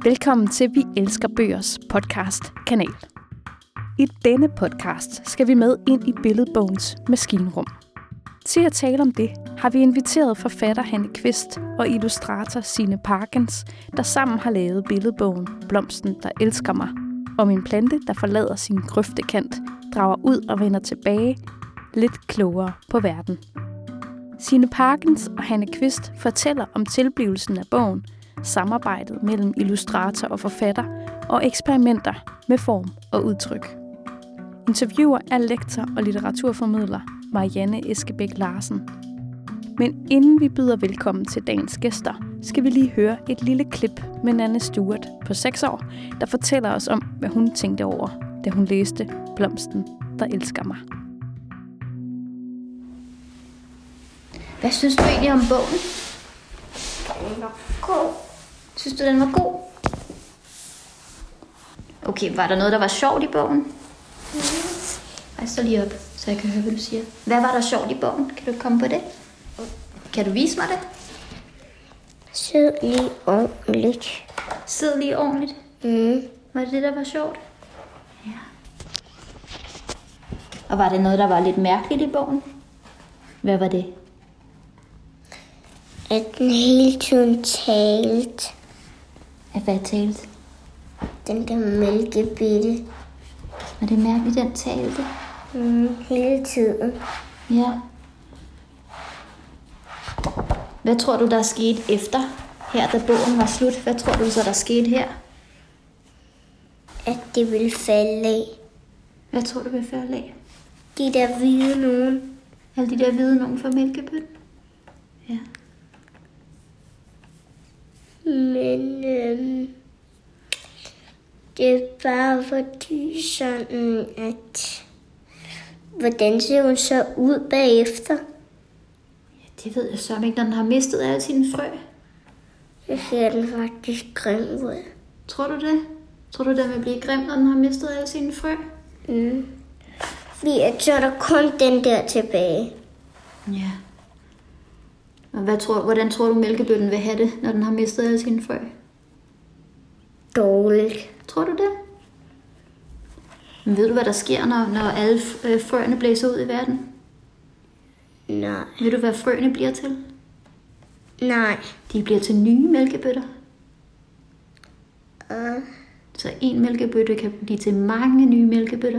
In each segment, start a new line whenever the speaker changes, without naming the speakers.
Velkommen til Vi Elsker Bøgers podcast-kanal. I denne podcast skal vi med ind i billedbogens maskinrum. Til at tale om det har vi inviteret forfatter Hanne Kvist og illustrator Signe Parkens, der sammen har lavet billedbogen Blomsten, der elsker mig, om en plante, der forlader sin grøftekant, drager ud og vender tilbage, lidt klogere på verden. Signe Parkens og Hanne Kvist fortæller om tilblivelsen af bogen, samarbejdet mellem illustrator og forfatter og eksperimenter med form og udtryk. Interviewer er lektor og litteraturformidler Marianne Eskebæk Larsen. Men inden vi byder velkommen til dagens gæster, skal vi lige høre et lille klip med Nanne Stuart på 6 år, der fortæller os om, hvad hun tænkte over, da hun læste Blomsten, der elsker mig.
Hvad synes du egentlig om bogen?
Den var god.
Synes du, den var god? Okay, var der noget, der var sjovt i bogen? Rejs dig lige op, så jeg kan høre, hvad du siger. Hvad var der sjovt i bogen? Kan du komme på det? Kan du vise mig det?
Sid lige ordentligt.
Sid lige ordentligt? Var det det, der var sjovt? Ja. Og var det noget, der var lidt mærkeligt i bogen? Hvad var det?
At den hele tiden talte.
At hvad talte?
Den der mælkebitte.
Var det mærkeligt, den talte?
Hele tiden.
Ja. Hvad tror du, der er sket efter her, da bogen var slut? Hvad tror du så, der skete her?
At det ville falde af.
Hvad tror du vil falde af?
De der hvide nogen.
Alle de der hvide nogen fra mælkebøtten? Ja.
Men det er bare fordi sådan, at hvordan ser hun så ud bagefter?
Ja, det ved jeg så ikke, når den har mistet alle sine frø.
Så ser den faktisk grim ud.
Tror du det? Tror du, den vil blive grim, når den har mistet alle sine frø?
Fordi at så er der kun den der tilbage.
Ja. Og hvordan tror du, mælkebøtten vil have det, når den har mistet alle sine frø?
Dårligt.
Tror du det? Men ved du, hvad der sker, når alle frøene blæser ud i verden?
Nej.
Ved du, hvad frøene bliver til?
Nej.
De bliver til nye mælkebøtter. Så en mælkebøtte kan blive til mange nye mælkebøtter.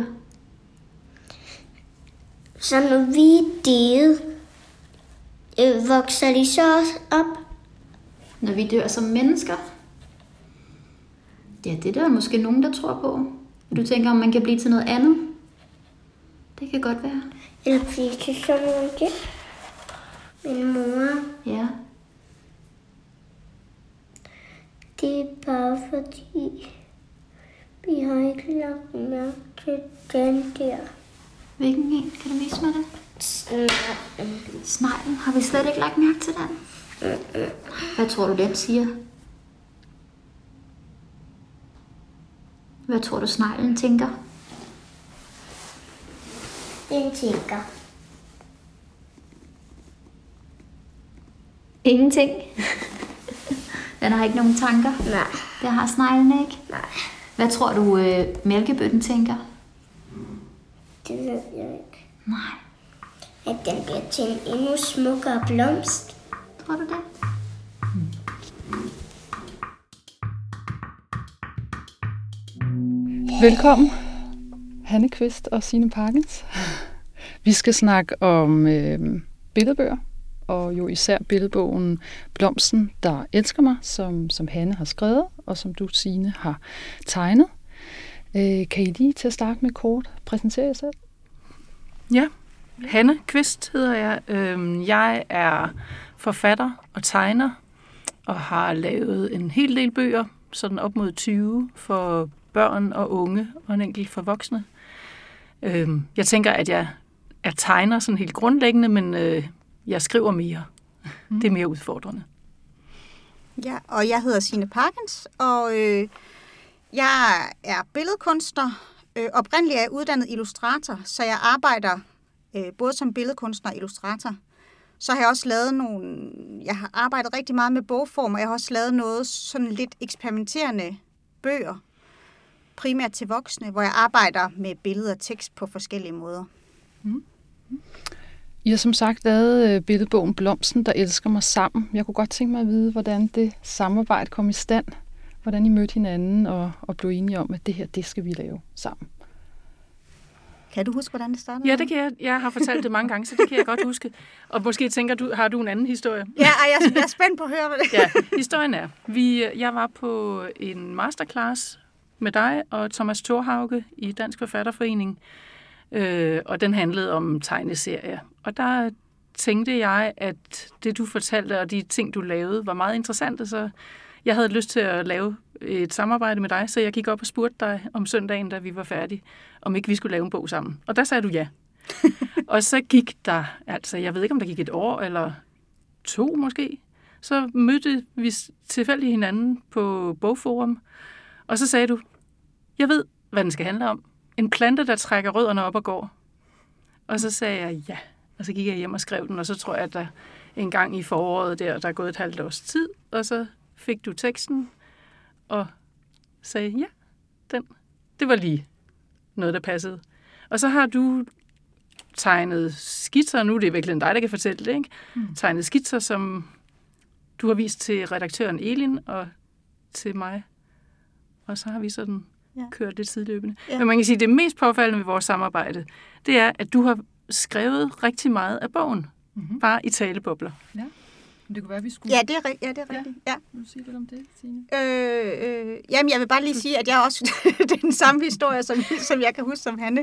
Så når vi er døde, vokser de så også op?
Når vi dør som mennesker? Ja, det er der måske nogen, der tror på. Du tænker, om man kan blive til noget andet? Det kan godt være.
Eller blive til sådan noget der. Min mor.
Ja.
Det er bare fordi, vi har ikke lagt mærke til den der.
Hvilken en? Kan du vise mig det? Sneglen. Har vi slet ikke lagt mærke til den? Hvad tror du, den siger? Hvad tror du, sneglen tænker?
Den tænker.
Ingenting. Den har ikke nogen tanker.
Nej.
Det har sneglen ikke.
Nej.
Hvad tror du, mælkebøtten tænker?
Det ved jeg ikke.
Nej.
At den bliver til en endnu smukkere blomst.
Tror du det?
Velkommen, Hanne Kvist og Signe Parkens. Vi skal snakke om billedbøger, og jo især billedbogen Blomsten, der elsker mig, som Hanne har skrevet, og som du, Signe, har tegnet. Kan I lige til at starte med kort præsentere jer selv?
Ja, Hanne Kvist hedder jeg. Jeg er forfatter og tegner, og har lavet en hel del bøger, sådan op mod 20 for børn og unge og en enkelt for voksne. Jeg tænker, at jeg er tegner sådan helt grundlæggende, men jeg skriver mere. Det er mere udfordrende.
Ja, og jeg hedder Signe Parkens, og jeg er billedkunstner. Oprindeligt er jeg uddannet illustrator, så jeg arbejder både som billedkunstner og illustrator. Så har jeg også lavet jeg har arbejdet rigtig meget med bogform, og jeg har også lavet noget sådan lidt eksperimenterende bøger, primært til voksne, hvor jeg arbejder med billeder og tekst på forskellige måder.
I har som sagt lavet billedbogen Blomsten, der elsker mig sammen. Jeg kunne godt tænke mig at vide, hvordan det samarbejde kom i stand. Hvordan I mødte hinanden og blev enige om, at det her, det skal vi lave sammen.
Kan du huske, hvordan det startede?
Ja, det kan jeg. Jeg har fortalt det mange gange, så det kan jeg godt huske. Og måske tænker har du en anden historie?
Ja, jeg er spændt på at høre, hvad det er.
Ja, historien er, jeg var på en masterclass med dig og Thomas Thorhauge i Dansk Forfatterforening, og den handlede om tegneserier. Og der tænkte jeg, at det du fortalte og de ting, du lavede, var meget interessante, så jeg havde lyst til at lave et samarbejde med dig, så jeg gik op og spurgte dig om søndagen, da vi var færdige, om ikke vi skulle lave en bog sammen. Og der sagde du ja. Og så gik der, altså jeg ved ikke, om der gik 1 år eller 2 måske, så mødte vi tilfældigt hinanden på Bogforum, og så sagde du, jeg ved, hvad den skal handle om. En plante, der trækker rødderne op og går. Og så sagde jeg ja, og så gik jeg hjem og skrev den, og så tror jeg, at der en gang i foråret der er gået et halvt års tid, og så fik du teksten og sagde, ja, det var lige noget, der passede. Og så har du tegnet skitser, nu er det virkelig dig, der kan fortælle det, ikke? Tegnet skitser, som du har vist til redaktøren Elin og til mig. Og så har vi sådan kørt lidt sideløbende. Ja. Men man kan sige, at det mest påfaldende ved vores samarbejde, det er, at du har skrevet rigtig meget af bogen. Bare i talebobler.
Ja. Det kunne være, vi skulle...
Ja, det er rigtigt. Ja.
Vil du sige lidt om det, Signe?
Jamen, jeg vil bare lige sige, at jeg også det er den samme historie, som jeg kan huske som Hanne.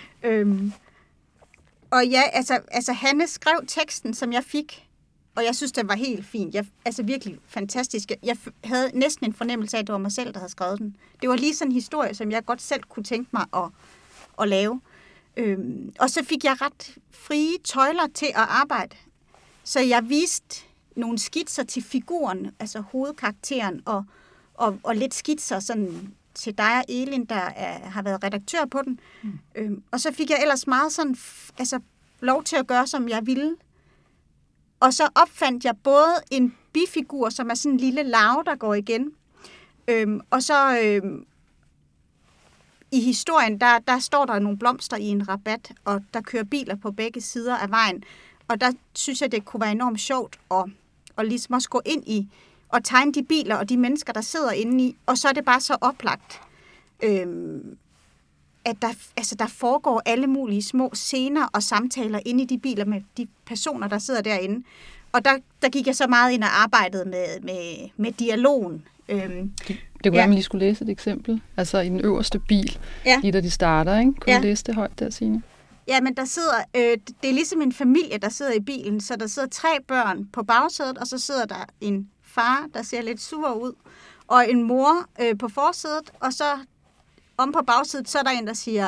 Og ja, altså Hanne skrev teksten, som jeg fik, og jeg synes, den var helt fin. Altså virkelig fantastisk. Jeg havde næsten en fornemmelse af, at det var mig selv, der havde skrevet den. Det var lige sådan en historie, som jeg godt selv kunne tænke mig at lave. Og så fik jeg ret frie tøjler til at arbejde. Så jeg viste nogle skitser til figuren, altså hovedkarakteren, og lidt skitser sådan til dig og Elin, der har været redaktør på den. Og så fik jeg ellers meget sådan, altså lov til at gøre, som jeg ville. Og så opfandt jeg både en bifigur, som er sådan en lille larve, der går igen. Og så i historien, der står der nogle blomster i en rabat, og der kører biler på begge sider af vejen. Og der synes jeg, det kunne være enormt sjovt at ligesom også gå ind i og tegne de biler og de mennesker, der sidder inde i. Og så er det bare så oplagt, at der foregår alle mulige små scener og samtaler inde i de biler med de personer, der sidder derinde. Og der gik jeg så meget ind og arbejdede med dialogen.
Det kunne være, at man lige skulle læse et eksempel. Altså i den øverste bil, lige da de starter, ikke? Kunne du læse det højt der, Signe?
Ja, men der sidder, det er ligesom en familie, der sidder i bilen, så der sidder 3 børn på bagsædet, og så sidder der en far, der ser lidt sur ud, og en mor på forsædet, og så om på bagsædet, så er der en, der siger,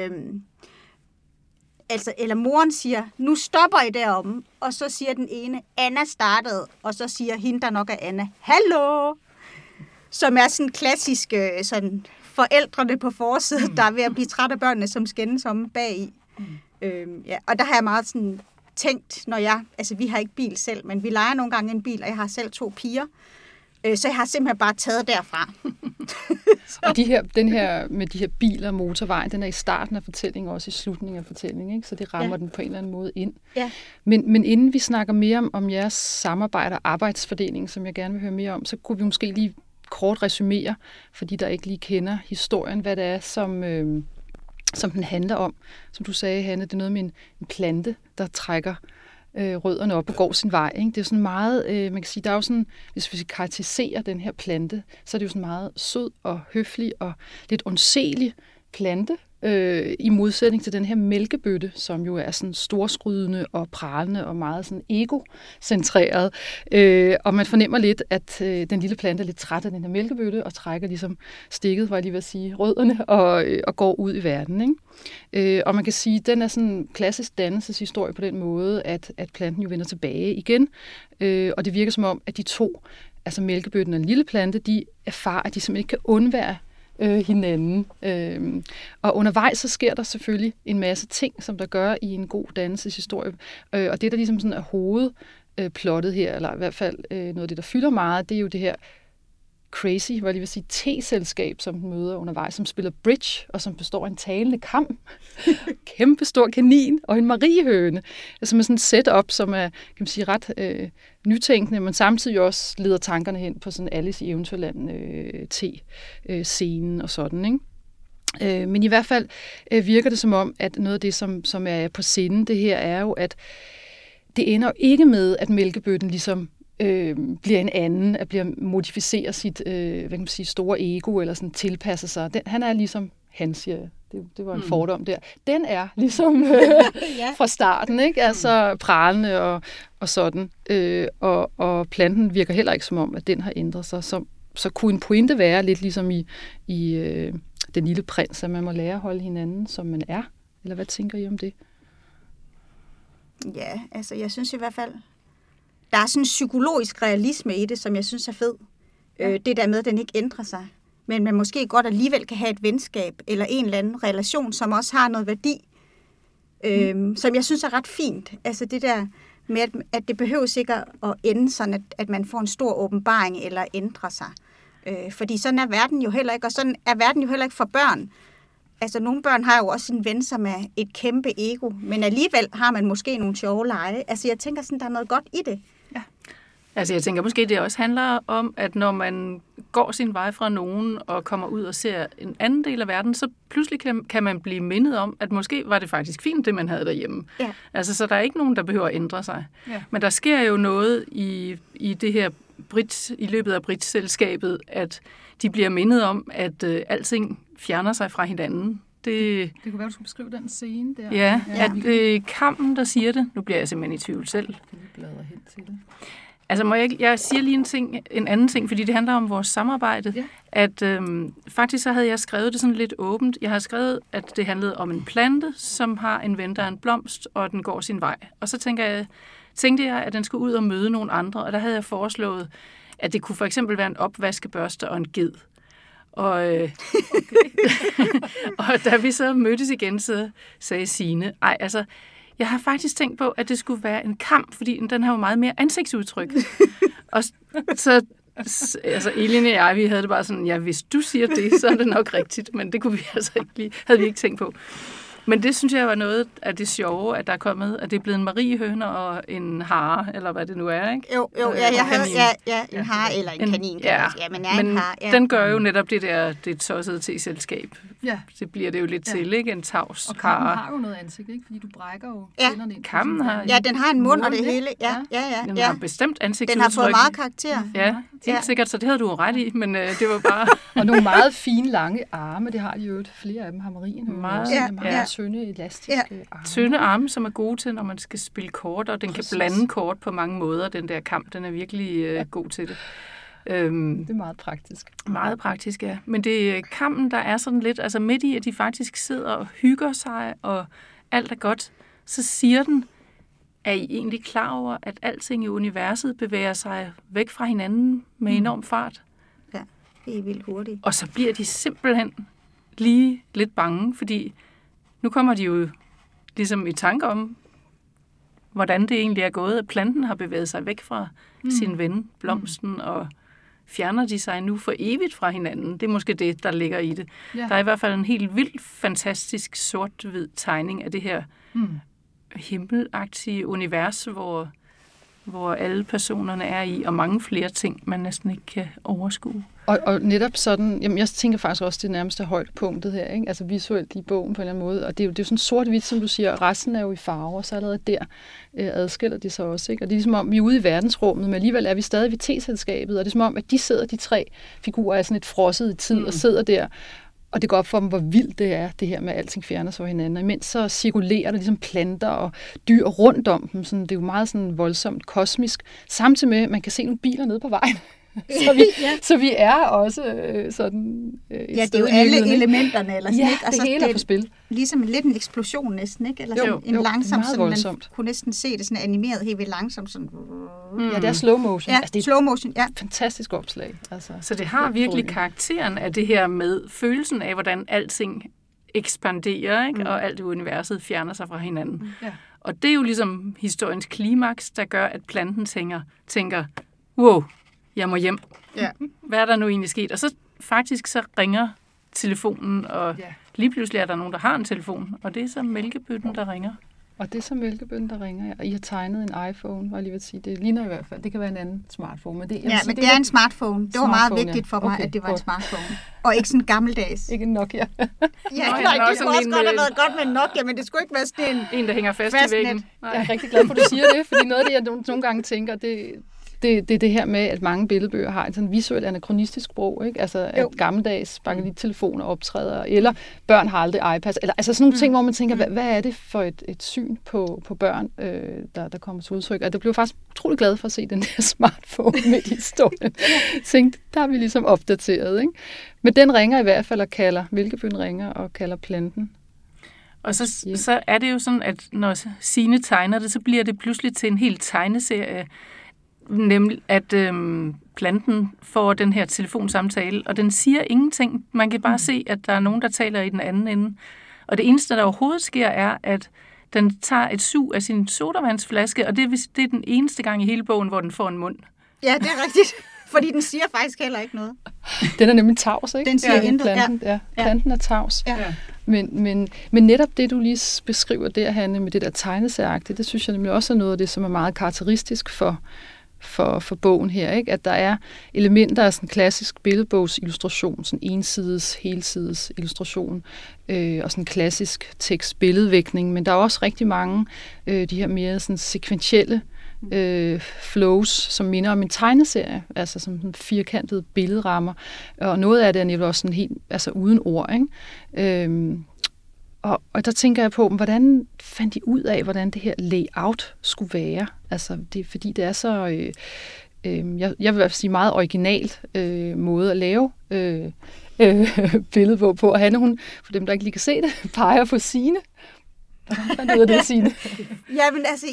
eller moren siger, nu stopper I deromme, og så siger den ene, Anna startede, og så siger hende, der nok er Anna, hallo, som er sådan klassisk, sådan forældrene på forsædet, der er ved at blive træt af børnene, som skændes om bagi. Og der har jeg meget sådan tænkt, vi har ikke bil selv, men vi lejer nogle gange en bil, og jeg har selv 2 piger, så jeg har simpelthen bare taget derfra.
Og den her med de her biler og motorvejen, den er i starten af fortællingen, og også i slutningen af fortællingen, ikke? Så det rammer den på en eller anden måde ind.
Ja.
Men inden vi snakker mere om jeres samarbejde og arbejdsfordeling, som jeg gerne vil høre mere om, så kunne vi måske lige kort resumere, fordi der ikke lige kender historien, hvad det er, som den handler om. Som du sagde, Hanne, det er noget med en plante, der trækker rødderne op og går sin vej. Ikke? Det er sådan meget, man kan sige, der er jo sådan, hvis vi karakteriserer den her plante, så er det jo sådan meget sød og høflig og lidt undselig plante, i modsætning til den her mælkebøtte, som jo er sådan storskrydende og pralende og meget sådan egocentreret. Og man fornemmer lidt, at den lille plante er lidt træt af den her mælkebøtte og trækker ligesom stikket, var jeg lige ved at sige, rødderne og går ud i verden. Ikke? Og man kan sige, at den er sådan en klassisk dannelseshistorie på den måde, at planten jo vender tilbage igen. Og det virker som om, at de to, altså mælkebøtten og en lille plante, de erfarer, at de simpelthen ikke kan undvære hinanden. Og undervejs så sker der selvfølgelig en masse ting, som der gør i en god dannelseshistorie. Og det, der ligesom sådan er hovedplottet her, eller i hvert fald noget af det, der fylder meget, det er jo det her crazy, hvad jeg vil sige, te-selskab, som den møder undervejs, som spiller bridge, og som består af en talende kam, kæmpe stor kanin og en mariehøne. Altså med sådan et setup, som er, kan man sige, ret nytænkende, men samtidig også leder tankerne hen på sådan Alice i Eventyrland te-scenen og sådan, ikke? Men i hvert fald virker det som om, at noget af det, som er på sinde, det her er jo, at det ender ikke med, at mælkebøtten ligesom bliver en anden, at bliver modificere sit hvad kan man sige, store ego, eller sådan tilpasser sig. Han er ligesom han, siger jeg. Det var en fordom der. Den er ligesom fra starten, ikke? Altså pralende og sådan. Og planten virker heller ikke som om, at den har ændret sig. Så kunne en pointe være lidt ligesom i Den Lille Prins, at man må lære at holde hinanden, som man er. Eller hvad tænker I om det?
Ja, altså jeg synes i hvert fald, der er sådan en psykologisk realisme i det, som jeg synes er fed. Ja. Det der med, at den ikke ændrer sig. Men man måske godt alligevel kan have et venskab, eller en eller anden relation, som også har noget værdi, som jeg synes er ret fint. Altså det der med, at det behøver ikke at ende sådan, at man får en stor åbenbaring, eller ændrer sig. Fordi sådan er verden jo heller ikke, og sådan er verden jo heller ikke for børn. Altså, nogle børn har jo også en ven, som er et kæmpe ego, men alligevel har man måske nogle sjove lege. Altså, jeg tænker sådan, der er noget godt i det.
Ja. Altså, jeg tænker måske, det også handler om, at når man går sin vej fra nogen og kommer ud og ser en anden del af verden, så pludselig kan man blive mindet om, at måske var det faktisk fint, det man havde derhjemme. Ja. Altså, så der er ikke nogen, der behøver at ændre sig. Ja. Men der sker jo noget i det her i løbet af Bridge-selskabet, at de bliver mindet om, at alting fjerner sig fra hinanden. Det
kunne være, du skulle beskrive den scene der.
Ja, at det er kampen, der siger det. Nu bliver jeg simpelthen i tvivl selv.
Vi bladrer hen til det.
Altså, jeg siger lige en anden ting, fordi det handler om vores samarbejde. Ja. At faktisk så havde jeg skrevet det sådan lidt åbent. Jeg har skrevet, at det handlede om en plante, som har en ven, der er en blomst, og den går sin vej. Og så tænkte jeg, at den skulle ud og møde nogle andre, og der havde jeg foreslået, at det kunne for eksempel være en opvaskebørste og en ged. Og, og da vi så mødtes igen, så sagde Signe, jeg har faktisk tænkt på, at det skulle være en kamp, fordi den har jo meget mere ansigtsudtryk. Og så altså Elin og jeg, vi havde det bare sådan, ja, hvis du siger det, så er det nok rigtigt, men det kunne vi altså ikke lige, havde vi ikke tænkt på. Men det synes jeg var noget af det sjove, at der er kommet, at det er blevet en mariehøne og en hare, eller hvad det nu er, ikke?
Jo, jeg havde en hare eller en kanin. Men en hare. Ja.
Den gør jo netop det tossede te-selskab. Ja. Det bliver det jo lidt til, ikke? En tavs.
Og kammen har jo noget ansigt, ikke? Fordi du brækker jo tænderne ind.
Kammen har...
Ja, den har en mund og det hele. Ja.
Den har bestemt ansigtsudtryk.
Den har fået meget karakter.
Ja, helt sikkert, så det havde du ret i, men det var bare...
Og nogle meget fine, lange arme, det har de jo. Flere af dem har mariehøne. Meget tynde, elastiske arme.
Tynde arme, som er gode til, når man skal spille kort, og den kan blande kort på mange måder, den der kamp. Den er virkelig god til det.
Det er meget praktisk.
Meget praktisk, ja. Men det er kampen, der er sådan lidt, altså midt i, at de faktisk sidder og hygger sig, og alt er godt, så siger den, er I egentlig klar over, at alting i universet bevæger sig væk fra hinanden med enorm fart?
Ja, det er vildt hurtigt.
Og så bliver de simpelthen lige lidt bange, fordi nu kommer de jo ligesom i tanke om, hvordan det egentlig er gået, at planten har bevæget sig væk fra sin ven, blomsten, og fjerner de sig nu for evigt fra hinanden. Det er måske det, der ligger i det. Ja. Der er i hvert fald en helt vildt fantastisk sort-hvid tegning af det her himmelagtige univers, hvor alle personerne er i, og mange flere ting, man næsten ikke kan overskue.
Og netop sådan, jamen jeg tænker faktisk også, det nærmeste højdepunktet her, ikke? Altså visuelt i bogen på en eller anden måde, og det er jo sådan sort-hvidt, som du siger, og resten er jo i farver, så allerede der adskiller de sig også, ikke? Og det er ligesom om, vi er ude i verdensrummet, men alligevel er vi stadig ved te-selskabet, og det er som om, at de tre figurer er sådan lidt frosset i tid, og sidder der, og det går op for dem, hvor vildt det er, det her med, at alting fjerner sig fra hinanden. Og imens så cirkulerer der ligesom planter og dyr rundt om dem. Sådan, det er jo meget sådan voldsomt kosmisk. Samtidig med, at man kan se nogle biler nede på vejen. Så vi er også sådan et
det er
sted
jo
i
alle
virkeligheden, ikke?
elementerne. Eller sådan,
Ja,
ikke? Og
det
så
hele er på spil.
Ligesom lidt en eksplosion næsten, ikke? Eller sådan en langsom,
meget
sådan,
voldsomt.
man kunne næsten se det sådan animeret helt vildt langsomt. Sådan.
Ja, det er slow motion.
Ja,
Altså, det er
slow motion, ja.
et fantastisk opslag. Altså,
Så det har virkelig karakteren af det her med følelsen af, hvordan alting ekspanderer, ikke? Og alt i universet fjerner sig fra hinanden.
Ja.
Og det er jo ligesom historiens klimaks, der gør, at planten tænker wow, jeg må hjem.
Ja.
Hvad er der nu egentlig sket? Og så faktisk så ringer telefonen, og lige pludselig er der nogen, der har en telefon, og det er så mælkebøtten, der ringer.
Og det er så mælkebønnen, der ringer. Og I har tegnet en iPhone, var jeg lige ved at sige. Det ligner i hvert fald. Det kan være en anden smartphone. Men det,
Det er en smartphone. Det var meget vigtigt for mig,
okay,
at det var en smartphone. Og ikke sådan gammeldags.
Ikke en Nokia.
Ja, nej, det skulle også godt have været godt med en Nokia, men det skulle ikke være sådan
En, der hænger fast i væggen.
Jeg er rigtig glad for, at du siger det, fordi noget af det, jeg nogle gange tænker, det er det her med, at mange billedbøger har en sådan visuel anakronistisk sprog, ikke? Altså, at gammeldags bakelittelefoner optræder, eller børn har aldrig iPads, eller altså sådan nogle ting, hvor man tænker, hvad er det for et syn på børn, der kommer til udtryk? Og det blev faktisk utrolig glad for at se den der smartphone midt i historien. Tænkte, der er vi ligesom opdateret, ikke? Men den ringer i hvert fald og kalder, mælkebøtten ringer og kalder planten.
Og så er det jo sådan, at når Signe tegner det, så bliver det pludselig til en hel tegneserie, nemlig at planten får den her telefonsamtale, og den siger ingenting. Man kan bare se, at der er nogen, der taler i den anden ende. Og det eneste, der overhovedet sker, er, at den tager et sug af sin sodavandsflaske, og det er den eneste gang i hele bogen, hvor den får en mund.
Ja, det er rigtigt. Fordi den siger faktisk heller ikke noget.
Den er nemlig tavs, ikke?
Den siger intet,
planten, ja. Planten er tavs.
Ja.
Men netop det, du lige beskriver der, Hanne, med det der tegneserieagtige, det synes jeg nemlig også er noget af det, som er meget karakteristisk for bogen her, ikke? At der er elementer af sådan klassisk billedbogsillustration, sådan ensides, helsides illustration, og sådan klassisk tekst-billedvægtning, men der er også rigtig mange de her mere sådan sekventielle flows, som minder om en tegneserie, altså som sådan firkantede billedrammer, og noget af det er netop også sådan helt, altså uden ord, ikke? Og der tænker jeg på, hvordan fandt de ud af, hvordan det her layout skulle være? Altså, fordi det er så, jeg vil sige, meget originalt måde at lave billedbog på. Og Hanne, hun, for dem, der ikke lige kan se det, peger på Signe. Hvordan fandt du ud af det, Signe?
Jamen, altså,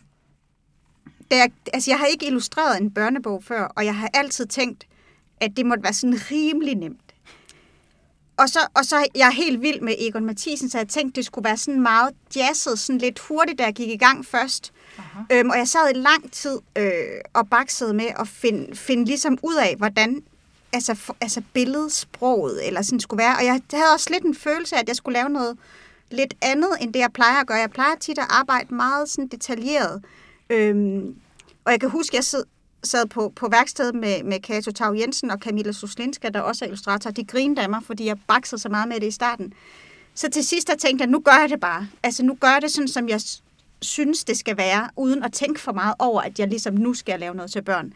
jeg har ikke illustreret en børnebog før, og jeg har altid tænkt, at det måtte være sådan rimelig nemt. Og så jeg er helt vild med Egon Mathiesen, så jeg tænkte, det skulle være sådan meget jazzet, sådan lidt hurtigt, da jeg gik i gang først. Og jeg sad i lang tid og baksede med at finde ligesom ud af, hvordan altså billedsproget eller sådan skulle være. Og jeg havde også lidt en følelse af, at jeg skulle lave noget lidt andet, end det jeg plejer at gøre. Jeg plejer tit at arbejde meget sådan detaljeret. Og jeg kan huske, at jeg sad på værkstedet med Kato Tau Jensen og Camilla Suslinska, der også er illustrator. De grinede af mig, fordi jeg baksede så meget med det i starten. Så til sidst der tænkte jeg, nu gør jeg det bare. Altså nu gør jeg det sådan, som jeg synes, det skal være, uden at tænke for meget over, at jeg ligesom nu skal lave noget til børn.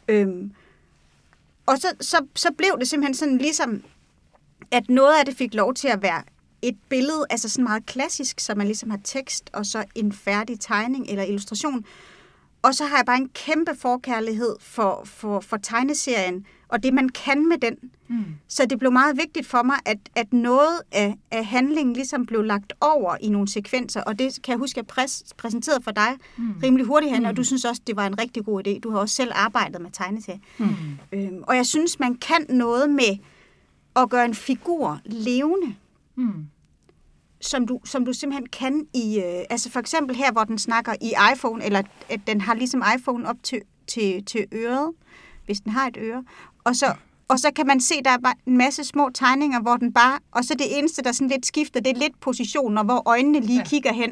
Og så blev det simpelthen sådan ligesom, at noget af det fik lov til at være et billede, altså sådan meget klassisk, så man ligesom har tekst, og så en færdig tegning eller illustration. Og så har jeg bare en kæmpe forkærlighed for tegneserien, og det man kan med den. Så det blev meget vigtigt for mig, at noget af handlingen ligesom blev lagt over i nogle sekvenser, og det kan jeg huske, jeg præsenterede for dig rimelig hurtigt, Hanne, og du synes også, det var en rigtig god idé. Du har også selv arbejdet med tegneserier. Og jeg synes, man kan noget med at gøre en figur levende. Som du simpelthen kan i, altså for eksempel her, hvor den snakker i iPhone, eller at den har ligesom iPhone op til øret, hvis den har et øre. Og så kan man se, der er bare en masse små tegninger, hvor den bare, og så det eneste, der sådan lidt skifter, det er lidt positioner, hvor øjnene lige kigger hen.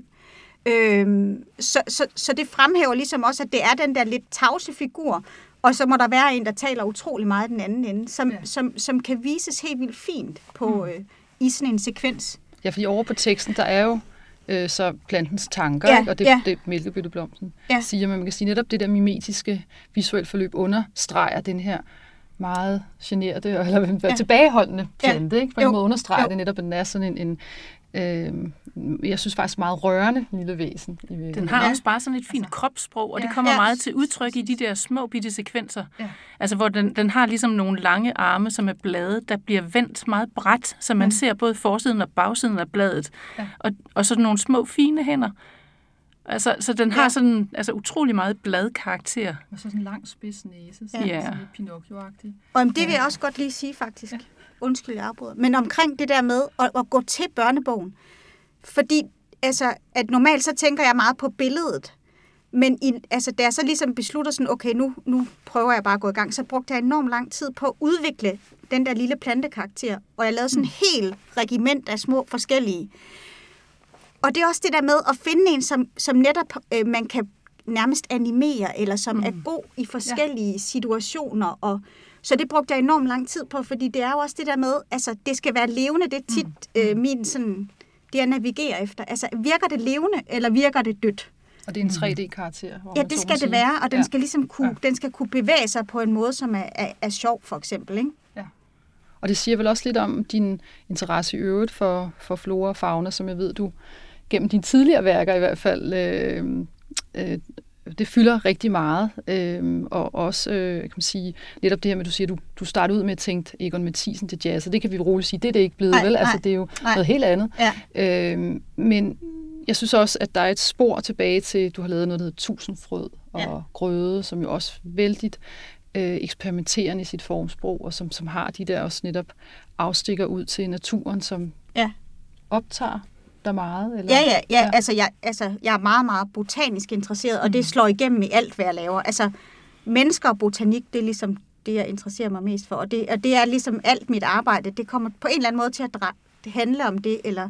Så det fremhæver ligesom også, at det er den der lidt tavse figur, og så må der være en, der taler utrolig meget i den anden ende, som kan vises helt vildt fint på, i sådan en sekvens.
Ja, fordi over på teksten, der er jo så plantens tanker, ikke? Og det mælkebøtteblomsten siger, man kan sige netop det der mimetiske visuelle forløb understreger den her meget generte, eller tilbageholdende plante, ikke? På en måde understreger det netop, at den er sådan Jeg synes faktisk meget rørende lille væsen.
Den har også bare sådan et fint kropssprog, og det kommer meget til udtryk i de der små bitte sekvenser. Ja. Altså hvor den har ligesom nogle lange arme, som er blade, der bliver vendt meget bredt, så man ser både forsiden og bagsiden af bladet. Ja. Og så nogle små fine hænder. Altså, så den har sådan utrolig meget bladkarakter.
Og så sådan en lang spids næse, sådan lidt Pinocchio-agtig.
Og det vil jeg også godt lige sige, faktisk. Ja. Undskyld, jeg afbryder. Men omkring det der med at gå til børnebogen. Fordi at normalt så tænker jeg meget på billedet. Men da jeg så ligesom beslutter sådan, okay, nu prøver jeg bare at gå i gang, så brugte jeg enormt lang tid på at udvikle den der lille plantekarakter. Og jeg lavede sådan en hel regiment af små forskellige. Og det er også det der med at finde en, som netop man kan nærmest animere, eller som er god i forskellige situationer. Og så det brugte jeg enormt lang tid på, fordi det er jo også det der med, det skal være levende, det er tit min sådan, det jeg navigerer efter. Altså, virker det levende, eller virker det dødt?
Og det er en 3D-karakter.
Ja, det skal det være, og den skal ligesom den skal kunne bevæge sig på en måde, som er sjov, for eksempel, ikke?
Ja. Og det siger vel også lidt om din interesse i øvrigt for flora og fauna, som jeg ved, du gennem dine tidligere værker i hvert fald, det fylder rigtig meget. Og også, kan man sige, netop det her med, du siger, du startede ud med at tænke Egon Mathiesen til jazz, og det kan vi roligt sige, det er det ikke blevet, vel? Altså, det er jo noget helt andet. Ja. Men jeg synes også, at der er et spor tilbage til, du har lavet noget, der hedder Tusindfrød og Grøde, som jo også vældigt eksperimenterende i sit formsprog, og som har de der også netop afstikker ud til naturen, som optager der meget? Eller?
Ja. Jeg er meget, meget botanisk interesseret, og det slår igennem i alt, hvad jeg laver. Altså, mennesker og botanik, det er ligesom det, jeg interesserer mig mest for, og det er ligesom alt mit arbejde. Det kommer på en eller anden måde til at handle om det, eller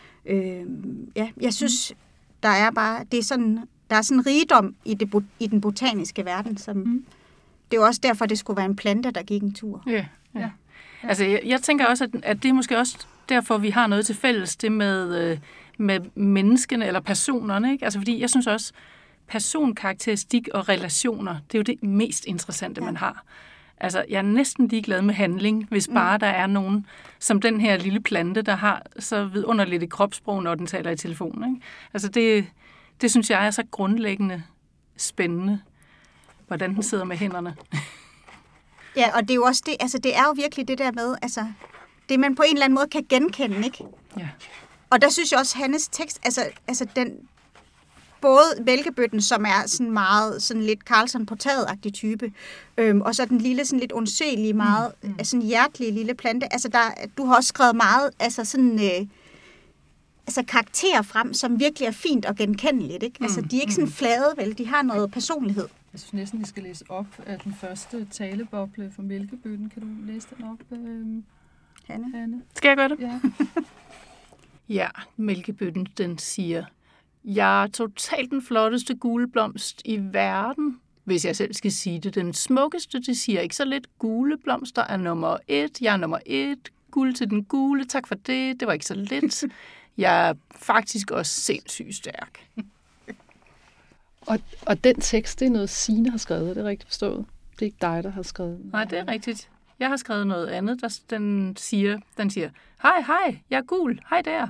jeg synes, der er sådan en rigdom i den botaniske verden, som det er jo også derfor, det skulle være en plante, der gik en tur.
Ja. Altså, jeg tænker også, at det er måske også derfor, vi har noget til fælles, det med menneskene eller personerne, ikke? Altså, fordi jeg synes også, personkarakteristik og relationer, det er jo det mest interessante, man har. Altså, jeg er næsten ligeglad med handling, hvis bare der er nogen, som den her lille plante, der har så vidunderligt i kropssprog, når den taler i telefonen, ikke? Altså, det synes jeg er så grundlæggende spændende, hvordan den sidder med hænderne.
Ja, og det er jo også det, altså det er jo virkelig det der med, altså det man på en eller anden måde kan genkende, ikke?
Ja.
Og der synes jeg også, Hannes tekst, altså den, både Mælkebøtten, som er sådan meget, sådan lidt Karlsson på taget-agtig type, og så den lille, sådan lidt ondselige, meget, sådan hjertelige lille plante, altså du har også skrevet meget, altså sådan, karakterer frem, som virkelig er fint og genkendeligt, ikke? Altså de er ikke sådan flade, vel, de har noget personlighed.
Jeg synes næsten, vi skal læse op af den første taleboble fra Mælkebøtten. Kan du læse den op, Hanne?
Skal jeg gøre det?
Ja.
Ja, Mælkebøtten, den siger, jeg er totalt den flotteste gule blomst i verden. Hvis jeg selv skal sige det, den smukkeste, det siger ikke så lidt. Gule blomster er nummer 1. Jeg er nummer 1. Guld til den gule. Tak for det. Det var ikke så lidt. Jeg er faktisk også sindssygt stærk.
Og den tekst, det er noget, Signe har skrevet, er det rigtigt forstået? Det er ikke dig, der har skrevet den.
Nej, det er rigtigt. Jeg har skrevet noget andet, den siger, hej, jeg er gul, hej der,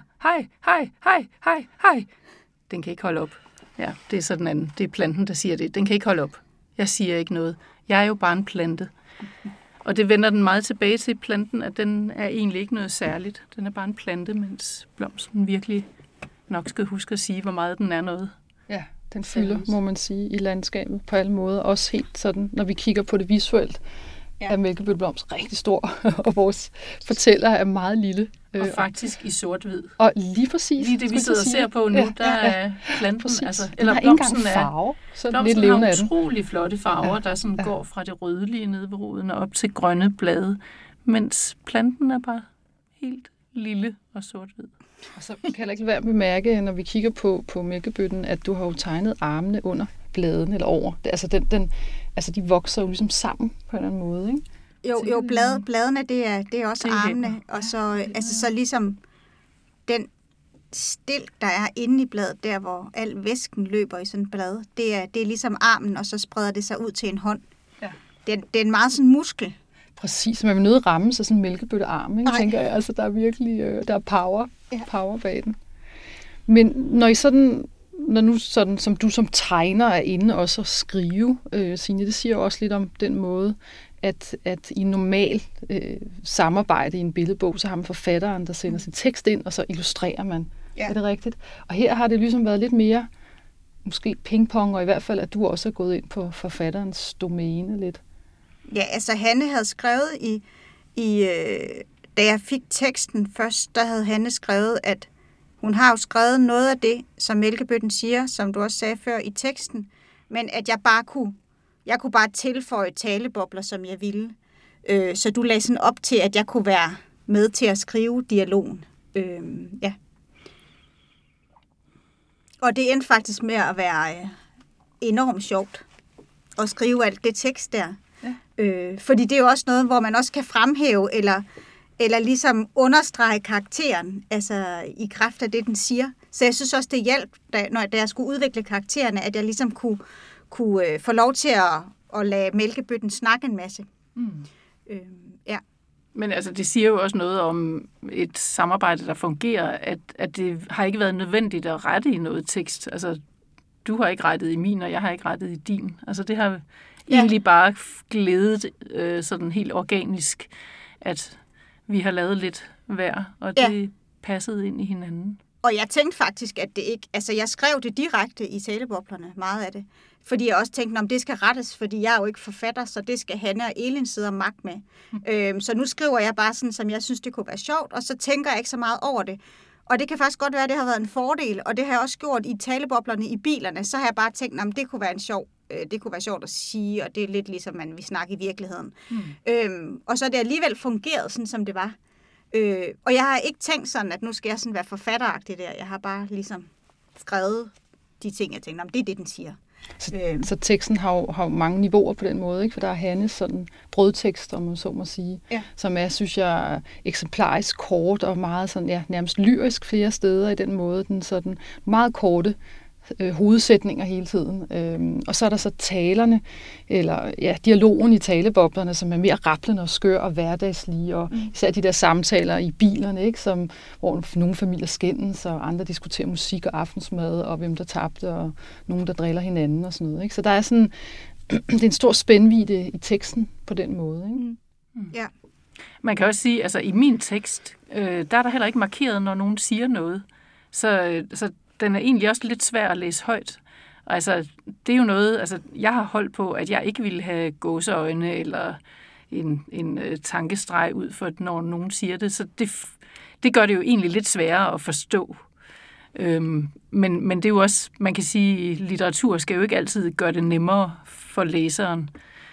hej. Den kan ikke holde op. Ja, det er så den anden. Det er planten, der siger det. Den kan ikke holde op. Jeg siger ikke noget. Jeg er jo bare en plante. Og det vender den meget tilbage til planten, at den er egentlig ikke noget særligt. Den er bare en plante, mens blomsten virkelig nok skal huske at sige, hvor meget den er noget.
Ja, den fylder, må man sige, i landskabet på alle måder. Også helt sådan, når vi kigger på det visuelt, er Mælkebøtteblomst rigtig stor, og vores fortæller er meget lille.
Og faktisk i sort-hvid.
Og lige præcis.
Lige det, vi sidder og ser på nu, der er planten,
eller blomsten farve,
blomsten har utrolig flotte farver, der sådan går fra det rødlige nede ved roden og op til grønne blade, mens planten er bare helt lille og sort-hvid.
Og så kan jeg ikke være at bemærke, når vi kigger på Mælkebøtten, at du har jo tegnet armene under bladene eller over. Altså de vokser jo ligesom sammen på en eller anden måde, ikke?
Jo, bladene, det er også armene, og så, så ligesom den stilk, der er inde i bladet, der hvor al væsken løber i sådan et blad, det er ligesom armen, og så spreder det sig ud til en hånd. Ja. Det er en meget sådan muskel.
Præcis, man vil nødt ramme sig sådan en mælkebøttearm, ikke? Tænker jeg. Altså, der er virkelig der er power bag den. Men når nu sådan, som du som tegner er inde også at skrive, Signe, det siger jo også lidt om den måde, at i normal samarbejde i en billedbog, så har man forfatteren, der sender sin tekst ind, og så illustrerer man. Ja. Er det rigtigt? Og her har det ligesom været lidt mere, måske pingpong, og i hvert fald, at du også er gået ind på forfatterens domæne lidt.
Ja, altså Hanne havde skrevet da jeg fik teksten først, der havde Hanne skrevet, at hun har jo skrevet noget af det, som mælkebøtten siger, som du også sagde før i teksten, men at jeg kunne bare tilføje talebobler, som jeg ville. Så du lagde sådan op til, at jeg kunne være med til at skrive dialogen. Ja. Og det endte faktisk med at være enormt sjovt at skrive alt det tekst der. Ja. Fordi det er jo også noget, hvor man også kan fremhæve eller ligesom understrege karakteren, altså i kraft af det, den siger. Så jeg synes også, det hjalp, da jeg skulle udvikle karaktererne, at jeg ligesom kunne få lov til at lade mælkebøtten snakke en masse. Ja.
Men altså, det siger jo også noget om et samarbejde, der fungerer, at det har ikke været nødvendigt at rette i noget tekst. Altså, du har ikke rettet i min, og jeg har ikke rettet i din. Altså, det har egentlig bare glædet sådan helt organisk, at vi har lavet lidt hver, og det passede ind i hinanden.
Og jeg tænkte faktisk, at det ikke... Altså, jeg skrev det direkte i taleboblerne, meget af det. Fordi jeg også tænkte, om det skal rettes, fordi jeg er jo ikke forfatter, så det skal Hanne og Elin sidde og magte med. Så nu skriver jeg bare sådan, som jeg synes, det kunne være sjovt, og så tænker jeg ikke så meget over det. Og det kan faktisk godt være, at det har været en fordel, og det har jeg også gjort i taleboblerne i bilerne. Så har jeg bare tænkt, om det kunne være sjovt at sige, og det er lidt ligesom, man vil snakke i virkeligheden. Og så er det alligevel fungeret, sådan som det var. Og jeg har ikke tænkt sådan, at nu skal jeg sådan være forfatteragtig der. Jeg har bare ligesom skrevet de ting, jeg tænkte, om det er det, den siger.
Så teksten har jo mange niveauer på den måde, ikke? For der er Hannes sådan brødtekst, om man så må sige, som er, synes jeg, eksemplarisk kort og meget sådan, nærmest lyrisk flere steder i den måde, den sådan meget korte hovedsætninger hele tiden. Og så er der så talerne, eller dialogen i taleboblerne, som er mere rablende og skør og hverdagslige, og især de der samtaler i bilerne, ikke? Hvor nogle familier skændes, og andre diskuterer musik og aftensmad, og hvem der tabte, og nogen, der driller hinanden og sådan noget. Ikke? Så der er sådan, det er en stor spændvidde i teksten på den måde. Ikke?
Ja.
Man kan også sige, altså i min tekst, der er der heller ikke markeret, når nogen siger noget. Så den er egentlig også lidt svær at læse højt. Altså, det er jo noget, altså, jeg har holdt på, at jeg ikke ville have gåseøjne eller en tankestreg ud for, når nogen siger det. Så det gør det jo egentlig lidt sværere at forstå. Men det er jo også, man kan sige, litteratur skal jo ikke altid gøre det nemmere for læseren.